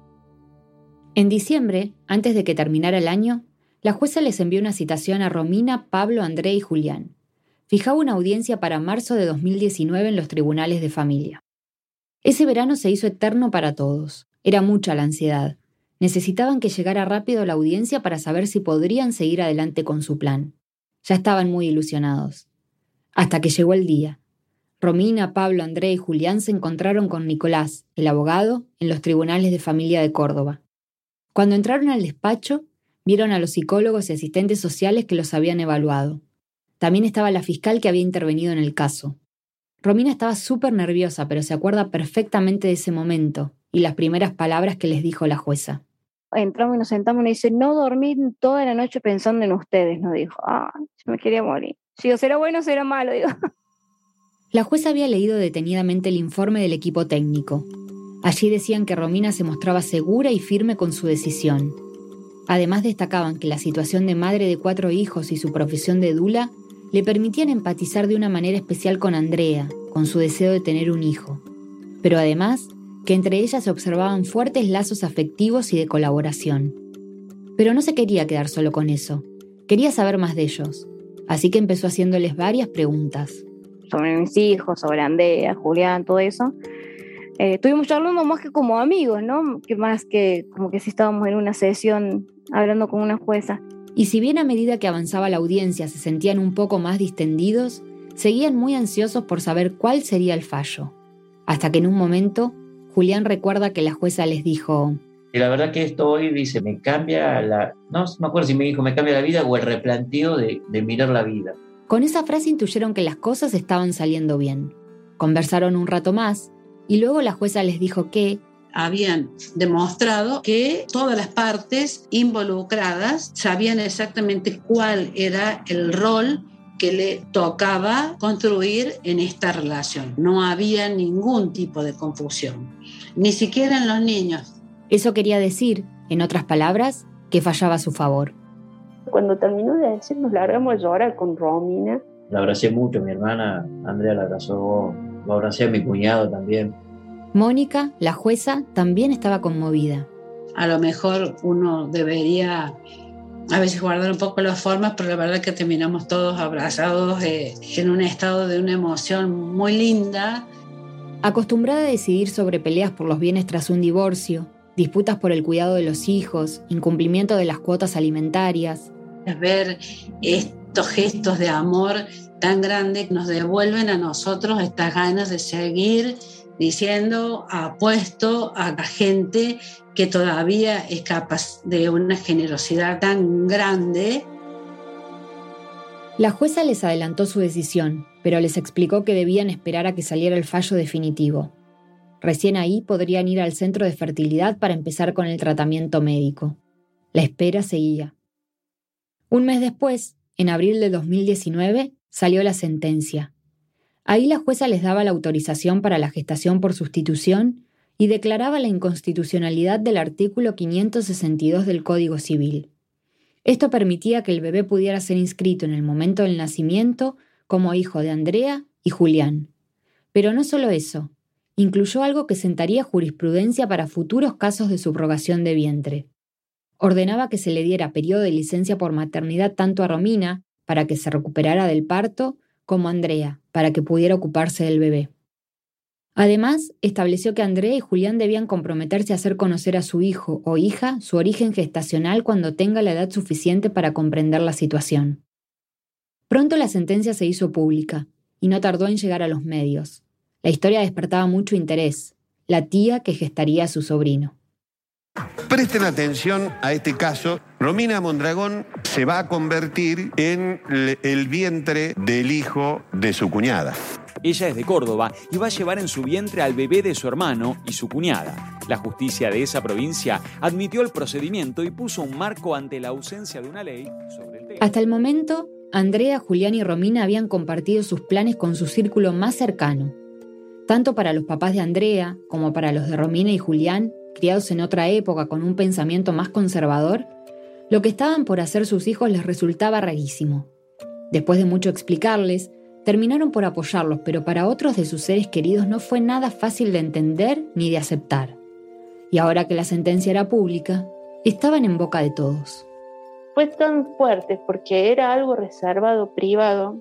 En diciembre, antes de que terminara el año, la jueza les envió una citación a Romina, Pablo, André y Julián. Fijaba una audiencia para marzo de dos mil diecinueve en los tribunales de familia. Ese verano se hizo eterno para todos. Era mucha la ansiedad. Necesitaban que llegara rápido la audiencia para saber si podrían seguir adelante con su plan. Ya estaban muy ilusionados. Hasta que llegó el día. Romina, Pablo, André y Julián se encontraron con Nicolás, el abogado, en los tribunales de familia de Córdoba. Cuando entraron al despacho, vieron a los psicólogos y asistentes sociales que los habían evaluado. También estaba la fiscal que había intervenido en el caso. Romina estaba súper nerviosa, pero se acuerda perfectamente de ese momento y las primeras palabras que les dijo la jueza. Entramos y nos sentamos y nos dice, no dormí toda la noche pensando en ustedes, nos dijo. Ah, yo me quería morir. Digo, ¿será bueno o será malo? Digo. La jueza había leído detenidamente el informe del equipo técnico. Allí decían que Romina se mostraba segura y firme con su decisión. Además destacaban que la situación de madre de cuatro hijos y su profesión de dula le permitían empatizar de una manera especial con Andrea, con su deseo de tener un hijo. Pero además, que entre ellas se observaban fuertes lazos afectivos y de colaboración. Pero no se quería quedar solo con eso. Quería saber más de ellos. Así que empezó haciéndoles varias preguntas. Sobre mis hijos, sobre Andrea, Julián, todo eso. Eh, estuvimos charlando más que como amigos, ¿no? Que más que como que si estábamos en una sesión hablando con una jueza. Y si bien a medida que avanzaba la audiencia se sentían un poco más distendidos, seguían muy ansiosos por saber cuál sería el fallo. Hasta que en un momento, Julián recuerda que la jueza les dijo... Y la verdad que esto hoy dice, me cambia la... No me acuerdo si me dijo, me cambia la vida o el replanteo de, de mirar la vida. Con esa frase intuyeron que las cosas estaban saliendo bien. Conversaron un rato más y luego la jueza les dijo que... habían demostrado que todas las partes involucradas sabían exactamente cuál era el rol que le tocaba construir en esta relación. No había ningún tipo de confusión, ni siquiera en los niños. Eso quería decir, en otras palabras, que fallaba a su favor. Cuando terminó de decir, nos largamos a llorar con Romina. La abracé mucho, mi hermana Andrea la abrazó, lo abracé a mi cuñado también. Mónica, la jueza, también estaba conmovida. A lo mejor uno debería a veces guardar un poco las formas, pero la verdad es que terminamos todos abrazados eh, en un estado de una emoción muy linda. Acostumbrada a decidir sobre peleas por los bienes tras un divorcio, disputas por el cuidado de los hijos, incumplimiento de las cuotas alimentarias. Ver estos gestos de amor tan grandes nos devuelven a nosotros estas ganas de seguir diciendo, apuesto a la gente que todavía es capaz de una generosidad tan grande. La jueza les adelantó su decisión, pero les explicó que debían esperar a que saliera el fallo definitivo. Recién ahí podrían ir al centro de fertilidad para empezar con el tratamiento médico. La espera seguía. Un mes después, en abril de dos mil diecinueve, salió la sentencia. Ahí la jueza les daba la autorización para la gestación por sustitución y declaraba la inconstitucionalidad del artículo quinientos sesenta y dos del Código Civil. Esto permitía que el bebé pudiera ser inscrito en el momento del nacimiento como hijo de Andrea y Julián. Pero no solo eso, incluyó algo que sentaría jurisprudencia para futuros casos de subrogación de vientre. Ordenaba que se le diera periodo de licencia por maternidad tanto a Romina, para que se recuperara del parto, como a Andrea, para que pudiera ocuparse del bebé. Además, estableció que Andrea y Julián debían comprometerse a hacer conocer a su hijo o hija su origen gestacional cuando tenga la edad suficiente para comprender la situación. Pronto la sentencia se hizo pública, y no tardó en llegar a los medios. La historia despertaba mucho interés, la tía que gestaría a su sobrino. Presten atención a este caso. Romina Mondragón se va a convertir en el vientre del hijo de su cuñada. Ella es de Córdoba y va a llevar en su vientre al bebé de su hermano y su cuñada. La justicia de esa provincia admitió el procedimiento y puso un marco ante la ausencia de una ley sobre el tema. Hasta el momento, Andrea, Julián y Romina habían compartido sus planes con su círculo más cercano. Tanto para los papás de Andrea como para los de Romina y Julián, criados en otra época con un pensamiento más conservador, lo que estaban por hacer sus hijos les resultaba rarísimo. Después de mucho explicarles, terminaron por apoyarlos, pero para otros de sus seres queridos no fue nada fácil de entender ni de aceptar. Y ahora que la sentencia era pública, estaban en boca de todos. Fue tan fuerte porque era algo reservado, privado.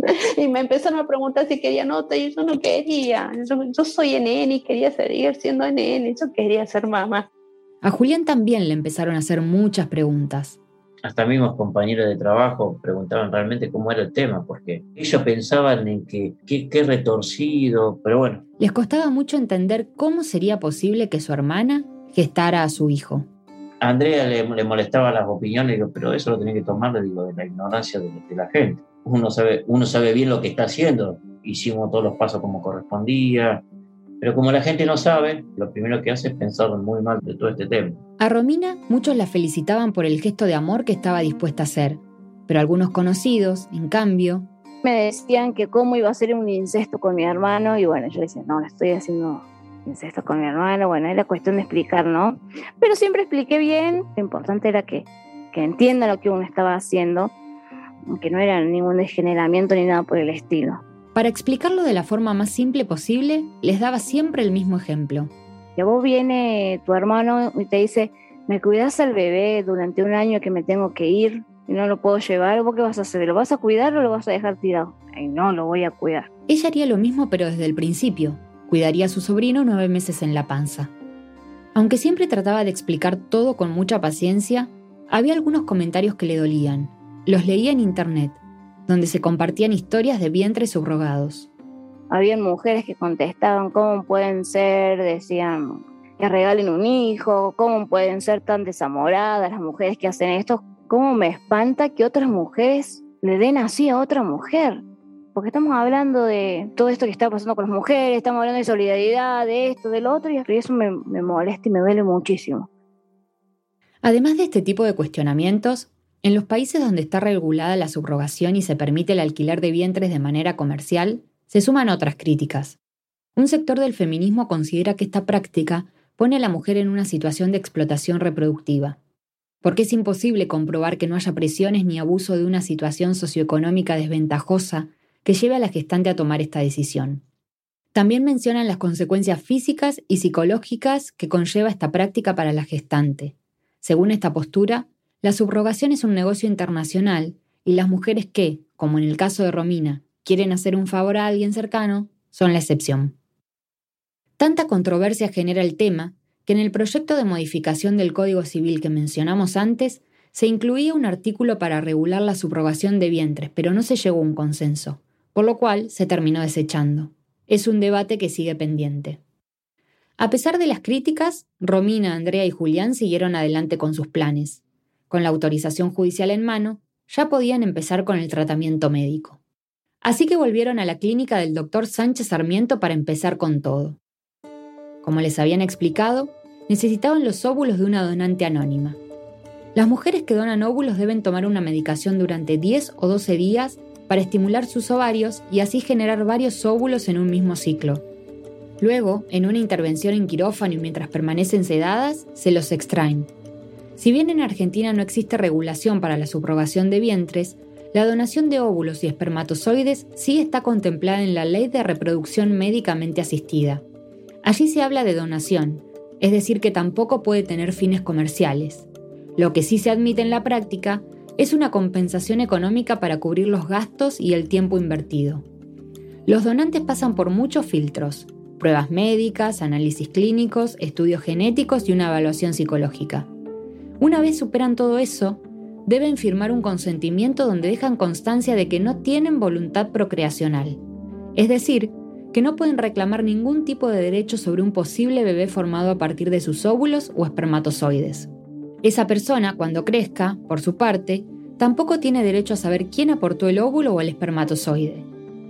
Y me empezaron a preguntar si quería nota y yo no quería. Yo, yo soy N N y quería seguir siendo N N. Yo quería ser mamá. A Julián también le empezaron a hacer muchas preguntas. Hasta mismos compañeros de trabajo preguntaban realmente cómo era el tema, porque ellos pensaban en que qué retorcido, pero bueno. Les costaba mucho entender cómo sería posible que su hermana gestara a su hijo. A Andrea le, le molestaban las opiniones, digo, pero eso lo tenía que tomar, le digo, de la ignorancia de, de la gente. Uno sabe, uno sabe bien lo que está haciendo, hicimos todos los pasos como correspondía, pero como la gente no sabe, lo primero que hace es pensar muy mal de todo este tema. A Romina muchos la felicitaban por el gesto de amor que estaba dispuesta a hacer, pero algunos conocidos, en cambio... Me decían que cómo iba a ser un incesto con mi hermano, y bueno, yo decía, no, no estoy haciendo incesto con mi hermano, bueno, era cuestión de explicar, ¿no? Pero siempre expliqué bien, lo importante era que, que entienda lo que uno estaba haciendo, que no era ningún degeneramiento ni nada por el estilo. Para explicarlo de la forma más simple posible, les daba siempre el mismo ejemplo. Y a vos viene tu hermano y te dice, me cuidás al bebé durante un año que me tengo que ir y no lo puedo llevar, ¿vos qué vas a hacer? ¿Lo vas a cuidar o lo vas a dejar tirado? Ay, no, lo voy a cuidar. Ella haría lo mismo pero desde el principio. Cuidaría a su sobrino nueve meses en la panza. Aunque siempre trataba de explicar todo con mucha paciencia, había algunos comentarios que le dolían. Los leía en internet, donde se compartían historias de vientres subrogados. Habían mujeres que contestaban cómo pueden ser, decían que regalen un hijo, cómo pueden ser tan desamoradas las mujeres que hacen esto. Cómo me espanta que otras mujeres le den así a otra mujer. Porque estamos hablando de todo esto que está pasando con las mujeres, estamos hablando de solidaridad, de esto, del otro, y eso me, me molesta y me duele muchísimo. Además de este tipo de cuestionamientos, en los países donde está regulada la subrogación y se permite el alquiler de vientres de manera comercial, se suman otras críticas. Un sector del feminismo considera que esta práctica pone a la mujer en una situación de explotación reproductiva, porque es imposible comprobar que no haya presiones ni abuso de una situación socioeconómica desventajosa que lleve a la gestante a tomar esta decisión. También mencionan las consecuencias físicas y psicológicas que conlleva esta práctica para la gestante. Según esta postura, la subrogación es un negocio internacional y las mujeres que, como en el caso de Romina, quieren hacer un favor a alguien cercano, son la excepción. Tanta controversia genera el tema que en el proyecto de modificación del Código Civil que mencionamos antes se incluía un artículo para regular la subrogación de vientres, pero no se llegó a un consenso, por lo cual se terminó desechando. Es un debate que sigue pendiente. A pesar de las críticas, Romina, Andrea y Julián siguieron adelante con sus planes. Con la autorización judicial en mano, ya podían empezar con el tratamiento médico. Así que volvieron a la clínica del doctor Sánchez Sarmiento para empezar con todo. Como les habían explicado, necesitaban los óvulos de una donante anónima. Las mujeres que donan óvulos deben tomar una medicación durante diez o doce días para estimular sus ovarios y así generar varios óvulos en un mismo ciclo. Luego, en una intervención en quirófano y mientras permanecen sedadas, se los extraen. Si bien en Argentina no existe regulación para la subrogación de vientres, La donación de óvulos y espermatozoides sí está contemplada en la Ley de Reproducción Médicamente Asistida. Allí se habla de donación, es decir, que tampoco puede tener fines comerciales. Lo que sí se admite en la práctica es una compensación económica para cubrir los gastos y el tiempo invertido. Los donantes pasan por muchos filtros: pruebas médicas, análisis clínicos, estudios genéticos y una evaluación psicológica. Una vez superan todo eso, deben firmar un consentimiento donde dejan constancia de que no tienen voluntad procreacional. Es decir, que no pueden reclamar ningún tipo de derecho sobre un posible bebé formado a partir de sus óvulos o espermatozoides. Esa persona, cuando crezca, por su parte, tampoco tiene derecho a saber quién aportó el óvulo o el espermatozoide.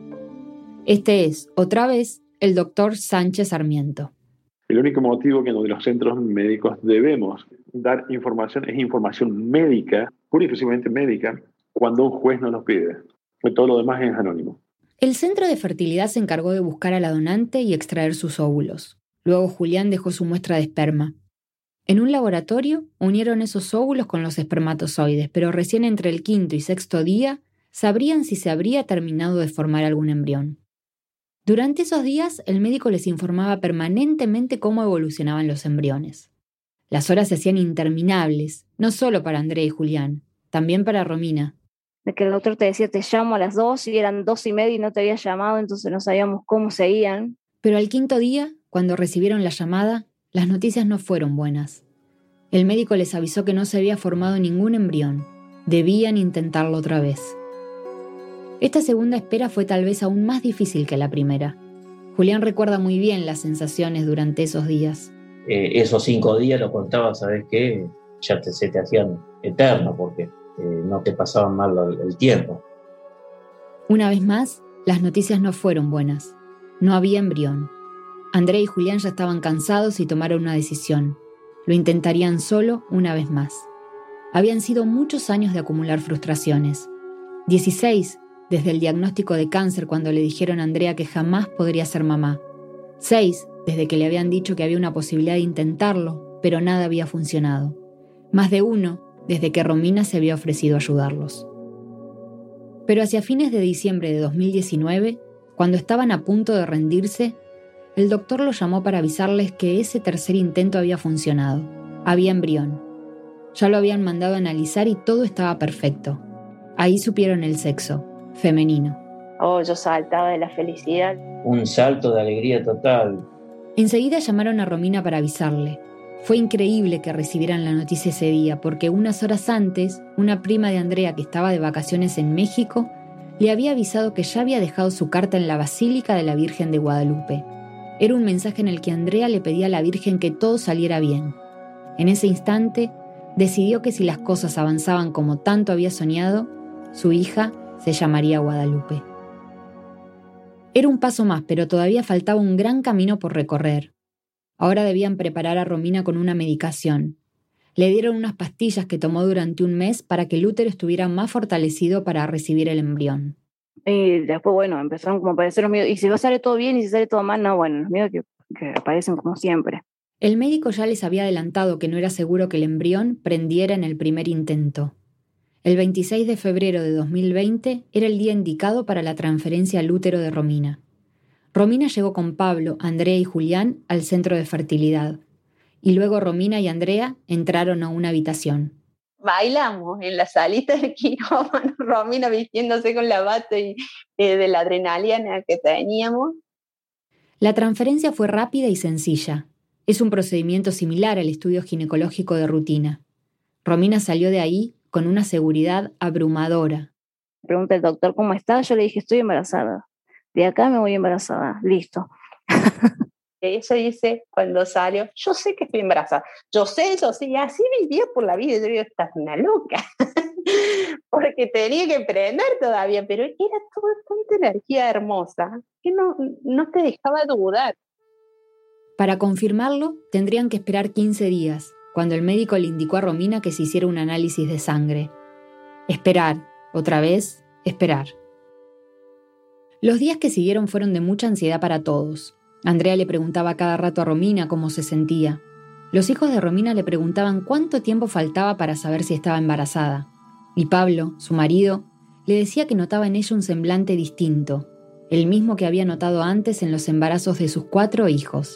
Este es, otra vez, el doctor Sánchez Sarmiento. El único motivo que en los centros médicos debemos dar información es información médica, pura y exclusivamente médica, cuando un juez nos lo pide. Todo lo demás es anónimo. El centro de fertilidad se encargó de buscar a la donante y extraer sus óvulos. Luego Julián dejó su muestra de esperma. En un laboratorio unieron esos óvulos con los espermatozoides, pero recién entre el quinto y sexto día sabrían si se habría terminado de formar algún embrión. Durante esos días, el médico les informaba permanentemente cómo evolucionaban los embriones. Las horas se hacían interminables, no solo para Andrea y Julián, también para Romina. De que el doctor te decía, te llamo a las dos, y eran dos y media y no te había llamado, entonces no sabíamos cómo seguían. Pero al quinto día, cuando recibieron la llamada, las noticias no fueron buenas. El médico les avisó que no se había formado ningún embrión. Debían intentarlo otra vez. Esta segunda espera fue tal vez aún más difícil que la primera. Julián recuerda muy bien las sensaciones durante esos días. Eh, esos cinco días lo contaba, ¿sabes qué? Ya te, se te hacían eternos porque eh, no te pasaban mal el, el tiempo. Una vez más, las noticias no fueron buenas. No había embrión. Andrea y Julián ya estaban cansados y tomaron una decisión. Lo intentarían solo una vez más. Habían sido muchos años de acumular frustraciones. dieciséis desde el diagnóstico de cáncer cuando le dijeron a Andrea que jamás podría ser mamá. Seis desde que le habían dicho que había una posibilidad de intentarlo, pero nada había funcionado. Más de uno desde que Romina se había ofrecido ayudarlos. Pero hacia fines de diciembre de dos mil diecinueve, cuando estaban a punto de rendirse, el doctor los llamó para avisarles que ese tercer intento había funcionado. Había embrión. Ya lo habían mandado a analizar y todo estaba perfecto. Ahí supieron el sexo, femenino. Oh, yo saltaba de la felicidad. Un salto de alegría total. Enseguida llamaron a Romina para avisarle. Fue increíble que recibieran la noticia ese día, porque unas horas antes, una prima de Andrea que estaba de vacaciones en México, le había avisado que ya había dejado su carta en la Basílica de la Virgen de Guadalupe. Era un mensaje en el que Andrea le pedía a la Virgen que todo saliera bien. En ese instante, decidió que si las cosas avanzaban como tanto había soñado, su hija se llamaría Guadalupe. Era un paso más, pero todavía faltaba un gran camino por recorrer. Ahora debían preparar a Romina con una medicación. Le dieron unas pastillas que tomó durante un mes para que el útero estuviera más fortalecido para recibir el embrión. Y después, bueno, empezaron como a aparecer los miedos. Y si va a salir todo bien y si sale todo mal, no, bueno, los miedos que, que aparecen como siempre. El médico ya les había adelantado que no era seguro que el embrión prendiera en el primer intento. El veintiséis de febrero de dos mil veinte era el día indicado para la transferencia al útero de Romina. Romina llegó con Pablo, Andrea y Julián al centro de fertilidad. Y luego Romina y Andrea entraron a una habitación. Bailamos en la salita del quirófano, Romina vistiéndose con la bata y, eh, de la adrenalina que teníamos. La transferencia fue rápida y sencilla. Es un procedimiento similar al estudio ginecológico de rutina. Romina salió de ahí con una seguridad abrumadora. Pregunta el doctor cómo está, yo le dije estoy embarazada. De acá me voy embarazada, listo. Ella dice, cuando salió, yo sé que estoy embarazada, yo sé, yo sé, y así vivía por la vida. Yo digo, estás una loca, porque tenía que aprender todavía, pero era toda tanta energía hermosa que no, no te dejaba dudar. Para confirmarlo, tendrían que esperar quince días, cuando el médico le indicó a Romina que se hiciera un análisis de sangre. Esperar, otra vez, esperar. Los días que siguieron fueron de mucha ansiedad para todos. Andrea le preguntaba cada rato a Romina cómo se sentía. Los hijos de Romina le preguntaban cuánto tiempo faltaba para saber si estaba embarazada. Y Pablo, su marido, le decía que notaba en ella un semblante distinto, el mismo que había notado antes en los embarazos de sus cuatro hijos.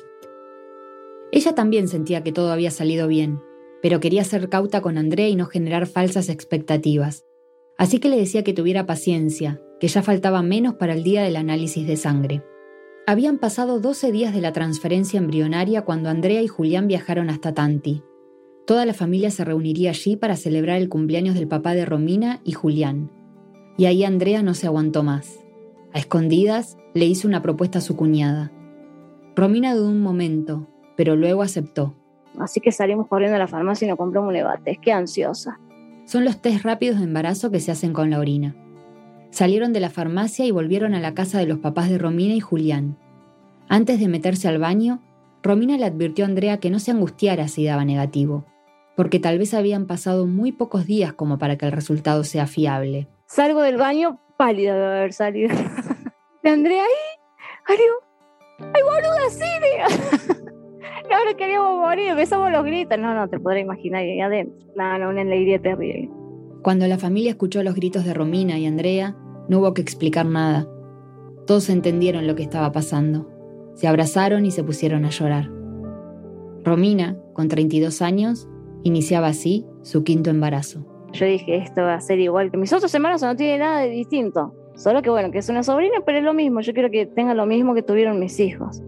Ella también sentía que todo había salido bien, pero quería ser cauta con Andrea y no generar falsas expectativas. Así que le decía que tuviera paciencia, que ya faltaba menos para el día del análisis de sangre. Habían pasado doce días de la transferencia embrionaria cuando Andrea y Julián viajaron hasta Tanti. Toda la familia se reuniría allí para celebrar el cumpleaños del papá de Romina y Julián. Y ahí Andrea no se aguantó más. A escondidas, le hizo una propuesta a su cuñada. Romina dudó un momento, pero luego aceptó. Así que salimos corriendo a la farmacia y nos compramos un Levates. Qué ansiosa. Son los test rápidos de embarazo que se hacen con la orina. Salieron de la farmacia y volvieron a la casa de los papás de Romina y Julián. Antes de meterse al baño, Romina le advirtió a Andrea que no se angustiara si daba negativo, porque tal vez habían pasado muy pocos días como para que el resultado sea fiable. Salgo del baño, pálida de haber salido. De Andrea ahí, ay, digo, ¡ay, boluda, sí! Y ahora queríamos morir, empezamos los gritos. No, no, te podrás imaginar ahí adentro. No, no, una alegría terrible. Cuando la familia escuchó los gritos de Romina y Andrea, no hubo que explicar nada. Todos entendieron lo que estaba pasando. Se abrazaron y se pusieron a llorar. Romina, con treinta y dos años, iniciaba así su quinto embarazo. Yo dije, esto va a ser igual que mis otros embarazos, no tiene nada de distinto. Solo que bueno, que es una sobrina, pero es lo mismo. Yo quiero que tenga lo mismo que tuvieron mis hijos.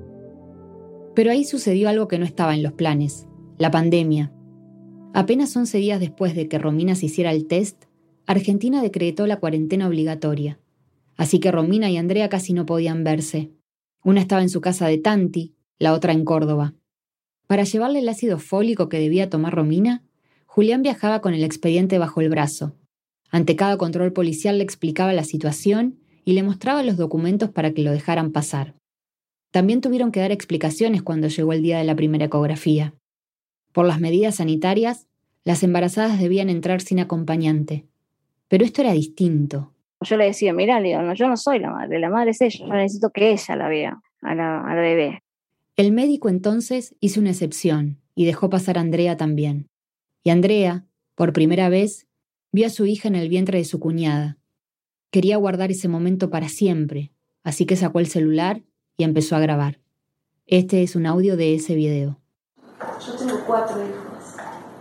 Pero ahí sucedió algo que no estaba en los planes, la pandemia. Apenas once días después de que Romina se hiciera el test, Argentina decretó la cuarentena obligatoria. Así que Romina y Andrea casi no podían verse. Una estaba en su casa de Tanti, la otra en Córdoba. Para llevarle el ácido fólico que debía tomar Romina, Julián viajaba con el expediente bajo el brazo. Ante cada control policial le explicaba la situación y le mostraba los documentos para que lo dejaran pasar. También tuvieron que dar explicaciones cuando llegó el día de la primera ecografía. Por las medidas sanitarias, las embarazadas debían entrar sin acompañante. Pero esto era distinto. Yo le decía, mirá, Leo, no, yo no soy la madre, la madre es ella, yo necesito que ella la vea, a la, a la bebé. El médico entonces hizo una excepción y dejó pasar a Andrea también. Y Andrea, por primera vez, vio a su hija en el vientre de su cuñada. Quería guardar ese momento para siempre, así que sacó el celular y empezó a grabar. Este es un audio de ese video. Yo tengo cuatro hijos.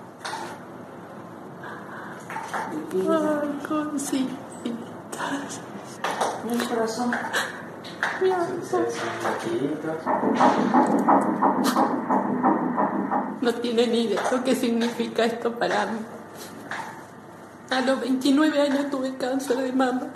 Ay, cositas. Mi corazón. No tiene ni idea lo que significa esto para mí. A los veintinueve años tuve cáncer de mama.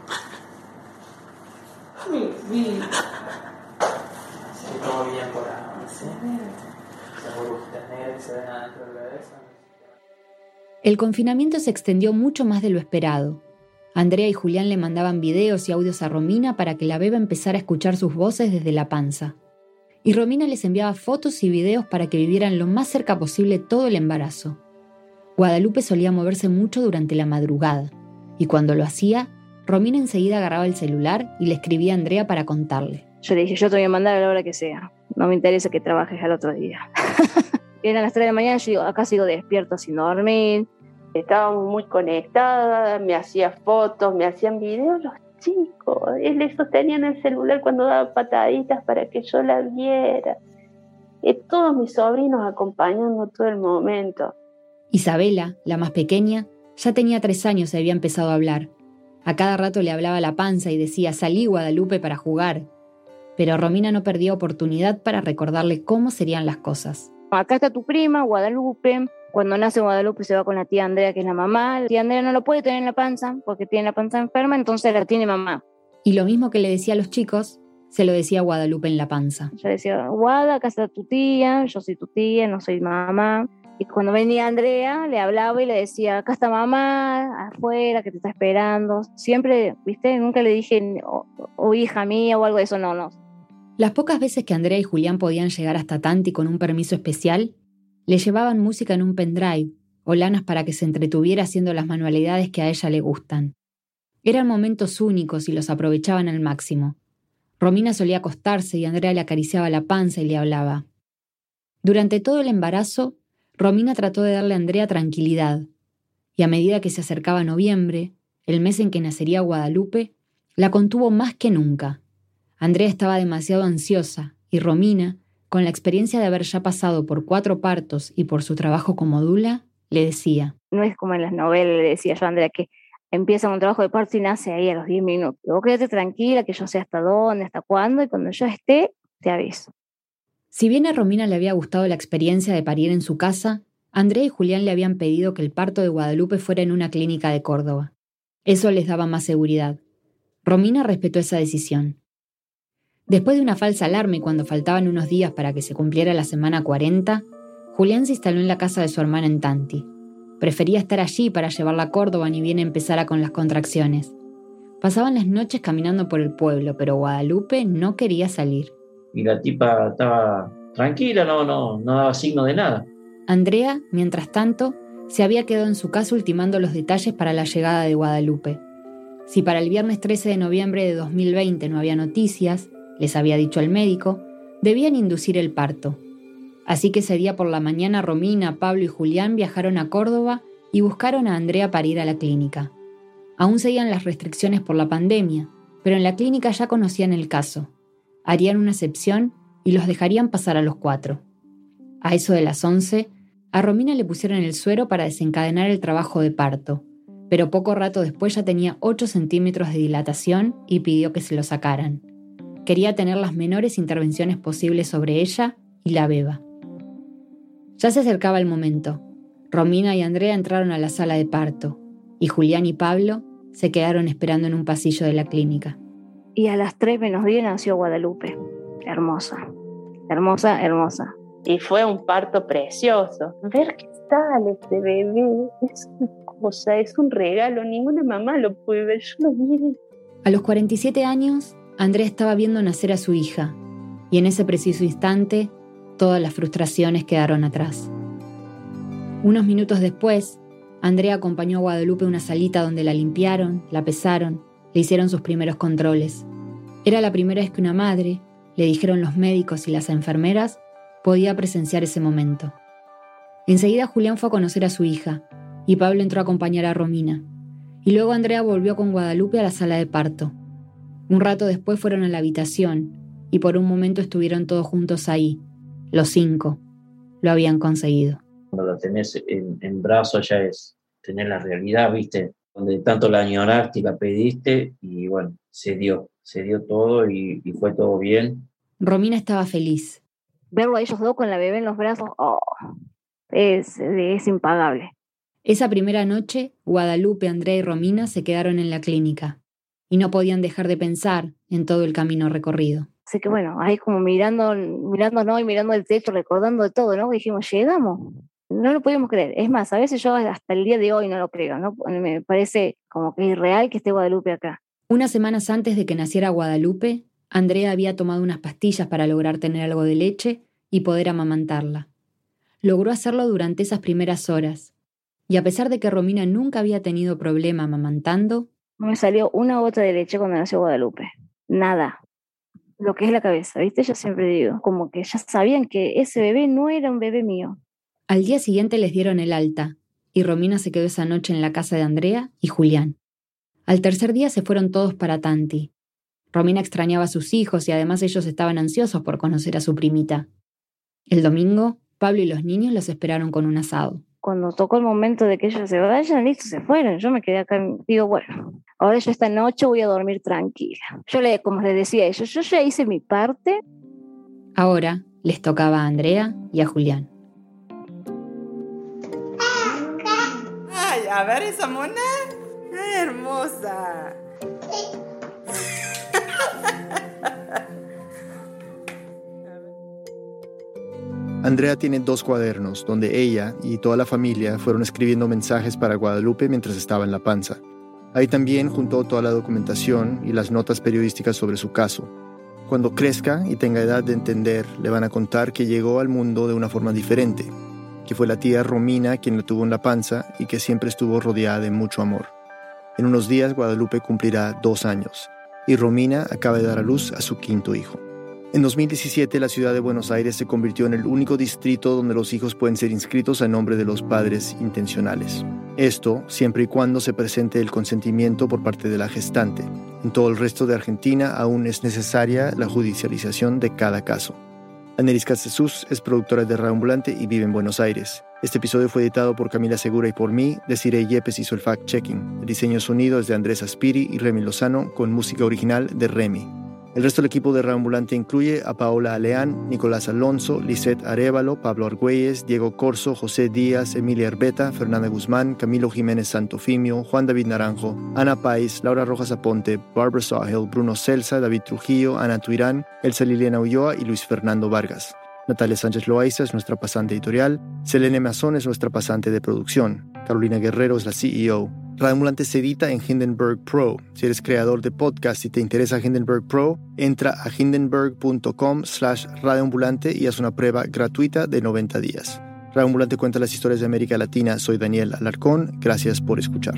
Mi vida. Sí, todo bien por ahora, ¿sí? Esas burbujitas negras se ven adentro del bebé. El confinamiento se extendió mucho más de lo esperado. Andrea y Julián le mandaban videos y audios a Romina para que la beba empezara a escuchar sus voces desde la panza. Y Romina les enviaba fotos y videos para que vivieran lo más cerca posible todo el embarazo. Guadalupe solía moverse mucho durante la madrugada, y cuando lo hacía, Romina enseguida agarraba el celular y le escribía a Andrea para contarle. Yo le dije, yo te voy a mandar a la hora que sea. No me interesa que trabajes al otro día. Eran las tres de la mañana, yo digo, acá sigo despierto sin dormir. Estábamos muy conectadas, me hacía fotos, me hacían videos los chicos. Él le sostenían el celular cuando daba pataditas para que yo la viera. Y todos mis sobrinos acompañando todo el momento. Isabela, la más pequeña, ya tenía tres años y había empezado a hablar. A cada rato le hablaba la panza y decía, salí Guadalupe para jugar. Pero Romina no perdía oportunidad para recordarle cómo serían las cosas. Acá está tu prima, Guadalupe. Cuando nace Guadalupe se va con la tía Andrea, que es la mamá. La tía Andrea no lo puede tener en la panza porque tiene la panza enferma, entonces la tiene mamá. Y lo mismo que le decía a los chicos, se lo decía a Guadalupe en la panza. Yo decía, Guada, acá está tu tía, yo soy tu tía, no soy mamá. Y cuando venía Andrea, le hablaba y le decía, acá está mamá, afuera, que te está esperando. Siempre, ¿viste? Nunca le dije, o oh, oh, hija mía o algo de eso, no, no. Las pocas veces que Andrea y Julián podían llegar hasta Tanti con un permiso especial, le llevaban música en un pendrive o lanas para que se entretuviera haciendo las manualidades que a ella le gustan. Eran momentos únicos y los aprovechaban al máximo. Romina solía acostarse y Andrea le acariciaba la panza y le hablaba. Durante todo el embarazo, Romina trató de darle a Andrea tranquilidad, y a medida que se acercaba noviembre, el mes en que nacería Guadalupe, la contuvo más que nunca. Andrea estaba demasiado ansiosa y Romina, con la experiencia de haber ya pasado por cuatro partos y por su trabajo como dula, le decía: no es como en las novelas, le decía yo a Andrea, que empieza un trabajo de parto y nace ahí a los diez minutos. Vos quédate tranquila, que yo sé hasta dónde, hasta cuándo, y cuando yo esté, te aviso. Si bien a Romina le había gustado la experiencia de parir en su casa, Andrea y Julián le habían pedido que el parto de Guadalupe fuera en una clínica de Córdoba. Eso les daba más seguridad. Romina respetó esa decisión. Después de una falsa alarma y cuando faltaban unos días para que se cumpliera la semana cuarenta, Julián se instaló en la casa de su hermana en Tanti. Prefería estar allí para llevarla a Córdoba ni bien empezara con las contracciones. Pasaban las noches caminando por el pueblo, pero Guadalupe no quería salir. Y la tipa estaba tranquila, no, no, no daba signo de nada. Andrea, mientras tanto, se había quedado en su casa ultimando los detalles para la llegada de Guadalupe. Si para el viernes trece de noviembre de dos mil veinte no había noticias, les había dicho el médico, debían inducir el parto. Así que ese día por la mañana Romina, Pablo y Julián viajaron a Córdoba y buscaron a Andrea para ir a la clínica. Aún seguían las restricciones por la pandemia, pero en la clínica ya conocían el caso. Harían una excepción y los dejarían pasar a los cuatro. A eso de las once, a Romina le pusieron el suero para desencadenar el trabajo de parto, pero poco rato después ya tenía ocho centímetros de dilatación y pidió que se lo sacaran. Quería tener las menores intervenciones posibles sobre ella y la beba. Ya se acercaba el momento. Romina y Andrea entraron a la sala de parto, y Julián y Pablo se quedaron esperando en un pasillo de la clínica. Y a las tres menos diez nació Guadalupe. Hermosa, hermosa, hermosa. Y fue un parto precioso. Ver qué tal este bebé es una cosa, es un regalo. Ninguna mamá lo puede ver, yo lo vi. A los cuarenta y siete años, Andrea estaba viendo nacer a su hija, y en ese preciso instante, todas las frustraciones quedaron atrás. Unos minutos después, Andrea acompañó a Guadalupe a una salita donde la limpiaron, la pesaron, le hicieron sus primeros controles. Era la primera vez que una madre, le dijeron los médicos y las enfermeras, podía presenciar ese momento. Enseguida Julián fue a conocer a su hija, y Pablo entró a acompañar a Romina. Y luego Andrea volvió con Guadalupe a la sala de parto. Un rato después fueron a la habitación, y por un momento estuvieron todos juntos ahí. Los cinco. Lo habían conseguido. Cuando la tenés en, en brazos ya es tener la realidad, ¿viste? Donde tanto la añoraste y la pediste, y bueno, se dio. Se dio todo y, y fue todo bien. Romina estaba feliz. Verlo a ellos dos con la bebé en los brazos, oh, es, es impagable. Esa primera noche, Guadalupe, Andrea y Romina se quedaron en la clínica y no podían dejar de pensar en todo el camino recorrido. Así que bueno, ahí como mirando, mirándonos y mirando el techo, recordando de todo, ¿no? Dijimos, llegamos. No lo podíamos creer. Es más, a veces yo hasta el día de hoy no lo creo, ¿no? Me parece como que es irreal que esté Guadalupe acá. Unas semanas antes de que naciera Guadalupe, Andrea había tomado unas pastillas para lograr tener algo de leche y poder amamantarla. Logró hacerlo durante esas primeras horas, y a pesar de que Romina nunca había tenido problema amamantando, no me salió una gota de leche cuando nació Guadalupe. Nada. Lo que es la cabeza, ¿viste? Yo siempre digo, como que ya sabían que ese bebé no era un bebé mío. Al día siguiente les dieron el alta, y Romina se quedó esa noche en la casa de Andrea y Julián. Al tercer día se fueron todos para Tanti. Romina extrañaba a sus hijos y además ellos estaban ansiosos por conocer a su primita. El domingo, Pablo y los niños los esperaron con un asado. Cuando tocó el momento de que ellos se vayan, listo, se fueron. Yo me quedé acá, digo, bueno, ahora yo esta noche voy a dormir tranquila. Yo, le, como les decía a ellos, yo ya hice mi parte. Ahora les tocaba a Andrea y a Julián. Ay, a ver esa mona. Ay, hermosa. Andrea tiene dos cuadernos donde ella y toda la familia fueron escribiendo mensajes para Guadalupe mientras estaba en la panza. Ahí también juntó toda la documentación y las notas periodísticas sobre su caso. Cuando crezca y tenga edad de entender, le van a contar que llegó al mundo de una forma diferente, que fue la tía Romina quien la tuvo en la panza y que siempre estuvo rodeada de mucho amor. En unos días Guadalupe cumplirá dos años y Romina acaba de dar a luz a su quinto hijo. En dos mil diecisiete, la ciudad de Buenos Aires se convirtió en el único distrito donde los hijos pueden ser inscritos a nombre de los padres intencionales. Esto siempre y cuando se presente el consentimiento por parte de la gestante. En todo el resto de Argentina aún es necesaria la judicialización de cada caso. Anelis Katz-Jesús es productora de Radio Ambulante y vive en Buenos Aires. Este episodio fue editado por Camila Segura y por mí. Desiree Yepes hizo el fact-checking. El diseño de sonido es de Andrés Aspiri y Remy Lozano, con música original de Remy. El resto del equipo de Radio Ambulante incluye a Paola Aleán, Nicolás Alonso, Lisette Arévalo, Pablo Argüelles, Diego Corso, José Díaz, Emilia Herbeta, Fernanda Guzmán, Camilo Jiménez Santofimio, Juan David Naranjo, Ana Páez, Laura Rojas Aponte, Barbara Sawhill, Bruno Celsa, David Trujillo, Ana Tuirán, Elsa Liliana Ulloa y Luis Fernando Vargas. Natalia Sánchez Loaiza es nuestra pasante editorial, Selene Mazón es nuestra pasante de producción, Carolina Guerrero es la C E O. Radio Ambulante se edita en Hindenburg Pro. Si eres creador de podcast y te interesa Hindenburg Pro, entra a hindenburg.com slash radioambulante y haz una prueba gratuita de noventa días. Radio Ambulante cuenta las historias de América Latina. Soy Daniel Alarcón. Gracias por escuchar.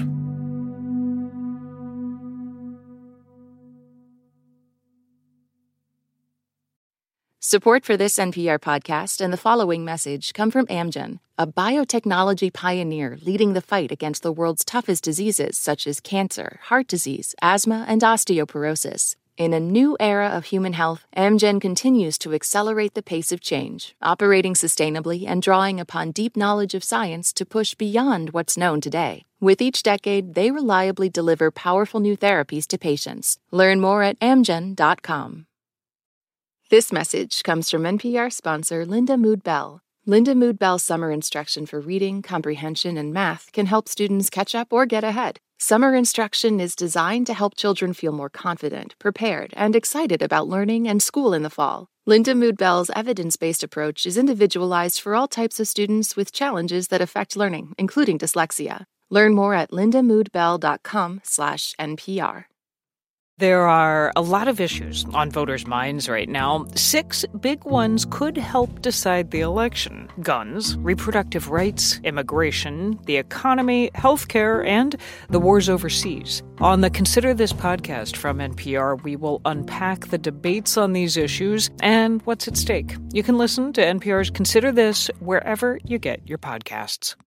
Support for this N P R podcast and the following message come from Amgen, a biotechnology pioneer leading the fight against the world's toughest diseases such as cancer, heart disease, asthma, and osteoporosis. In a new era of human health, Amgen continues to accelerate the pace of change, operating sustainably and drawing upon deep knowledge of science to push beyond what's known today. With each decade, they reliably deliver powerful new therapies to patients. Learn more at amgen dot com. This message comes from N P R sponsor Linda Mood Bell. Linda Mood Bell's summer instruction for reading, comprehension, and math can help students catch up or get ahead. Summer instruction is designed to help children feel more confident, prepared, and excited about learning and school in the fall. Linda Mood Bell's evidence-based approach is individualized for all types of students with challenges that affect learning, including dyslexia. Learn more at lindamoodbell.com slash NPR. There are a lot of issues on voters' minds right now. Six big ones could help decide the election: guns, reproductive rights, immigration, the economy, healthcare, and the wars overseas. On the Consider This podcast from N P R, we will unpack the debates on these issues and what's at stake. You can listen to N P R's Consider This wherever you get your podcasts.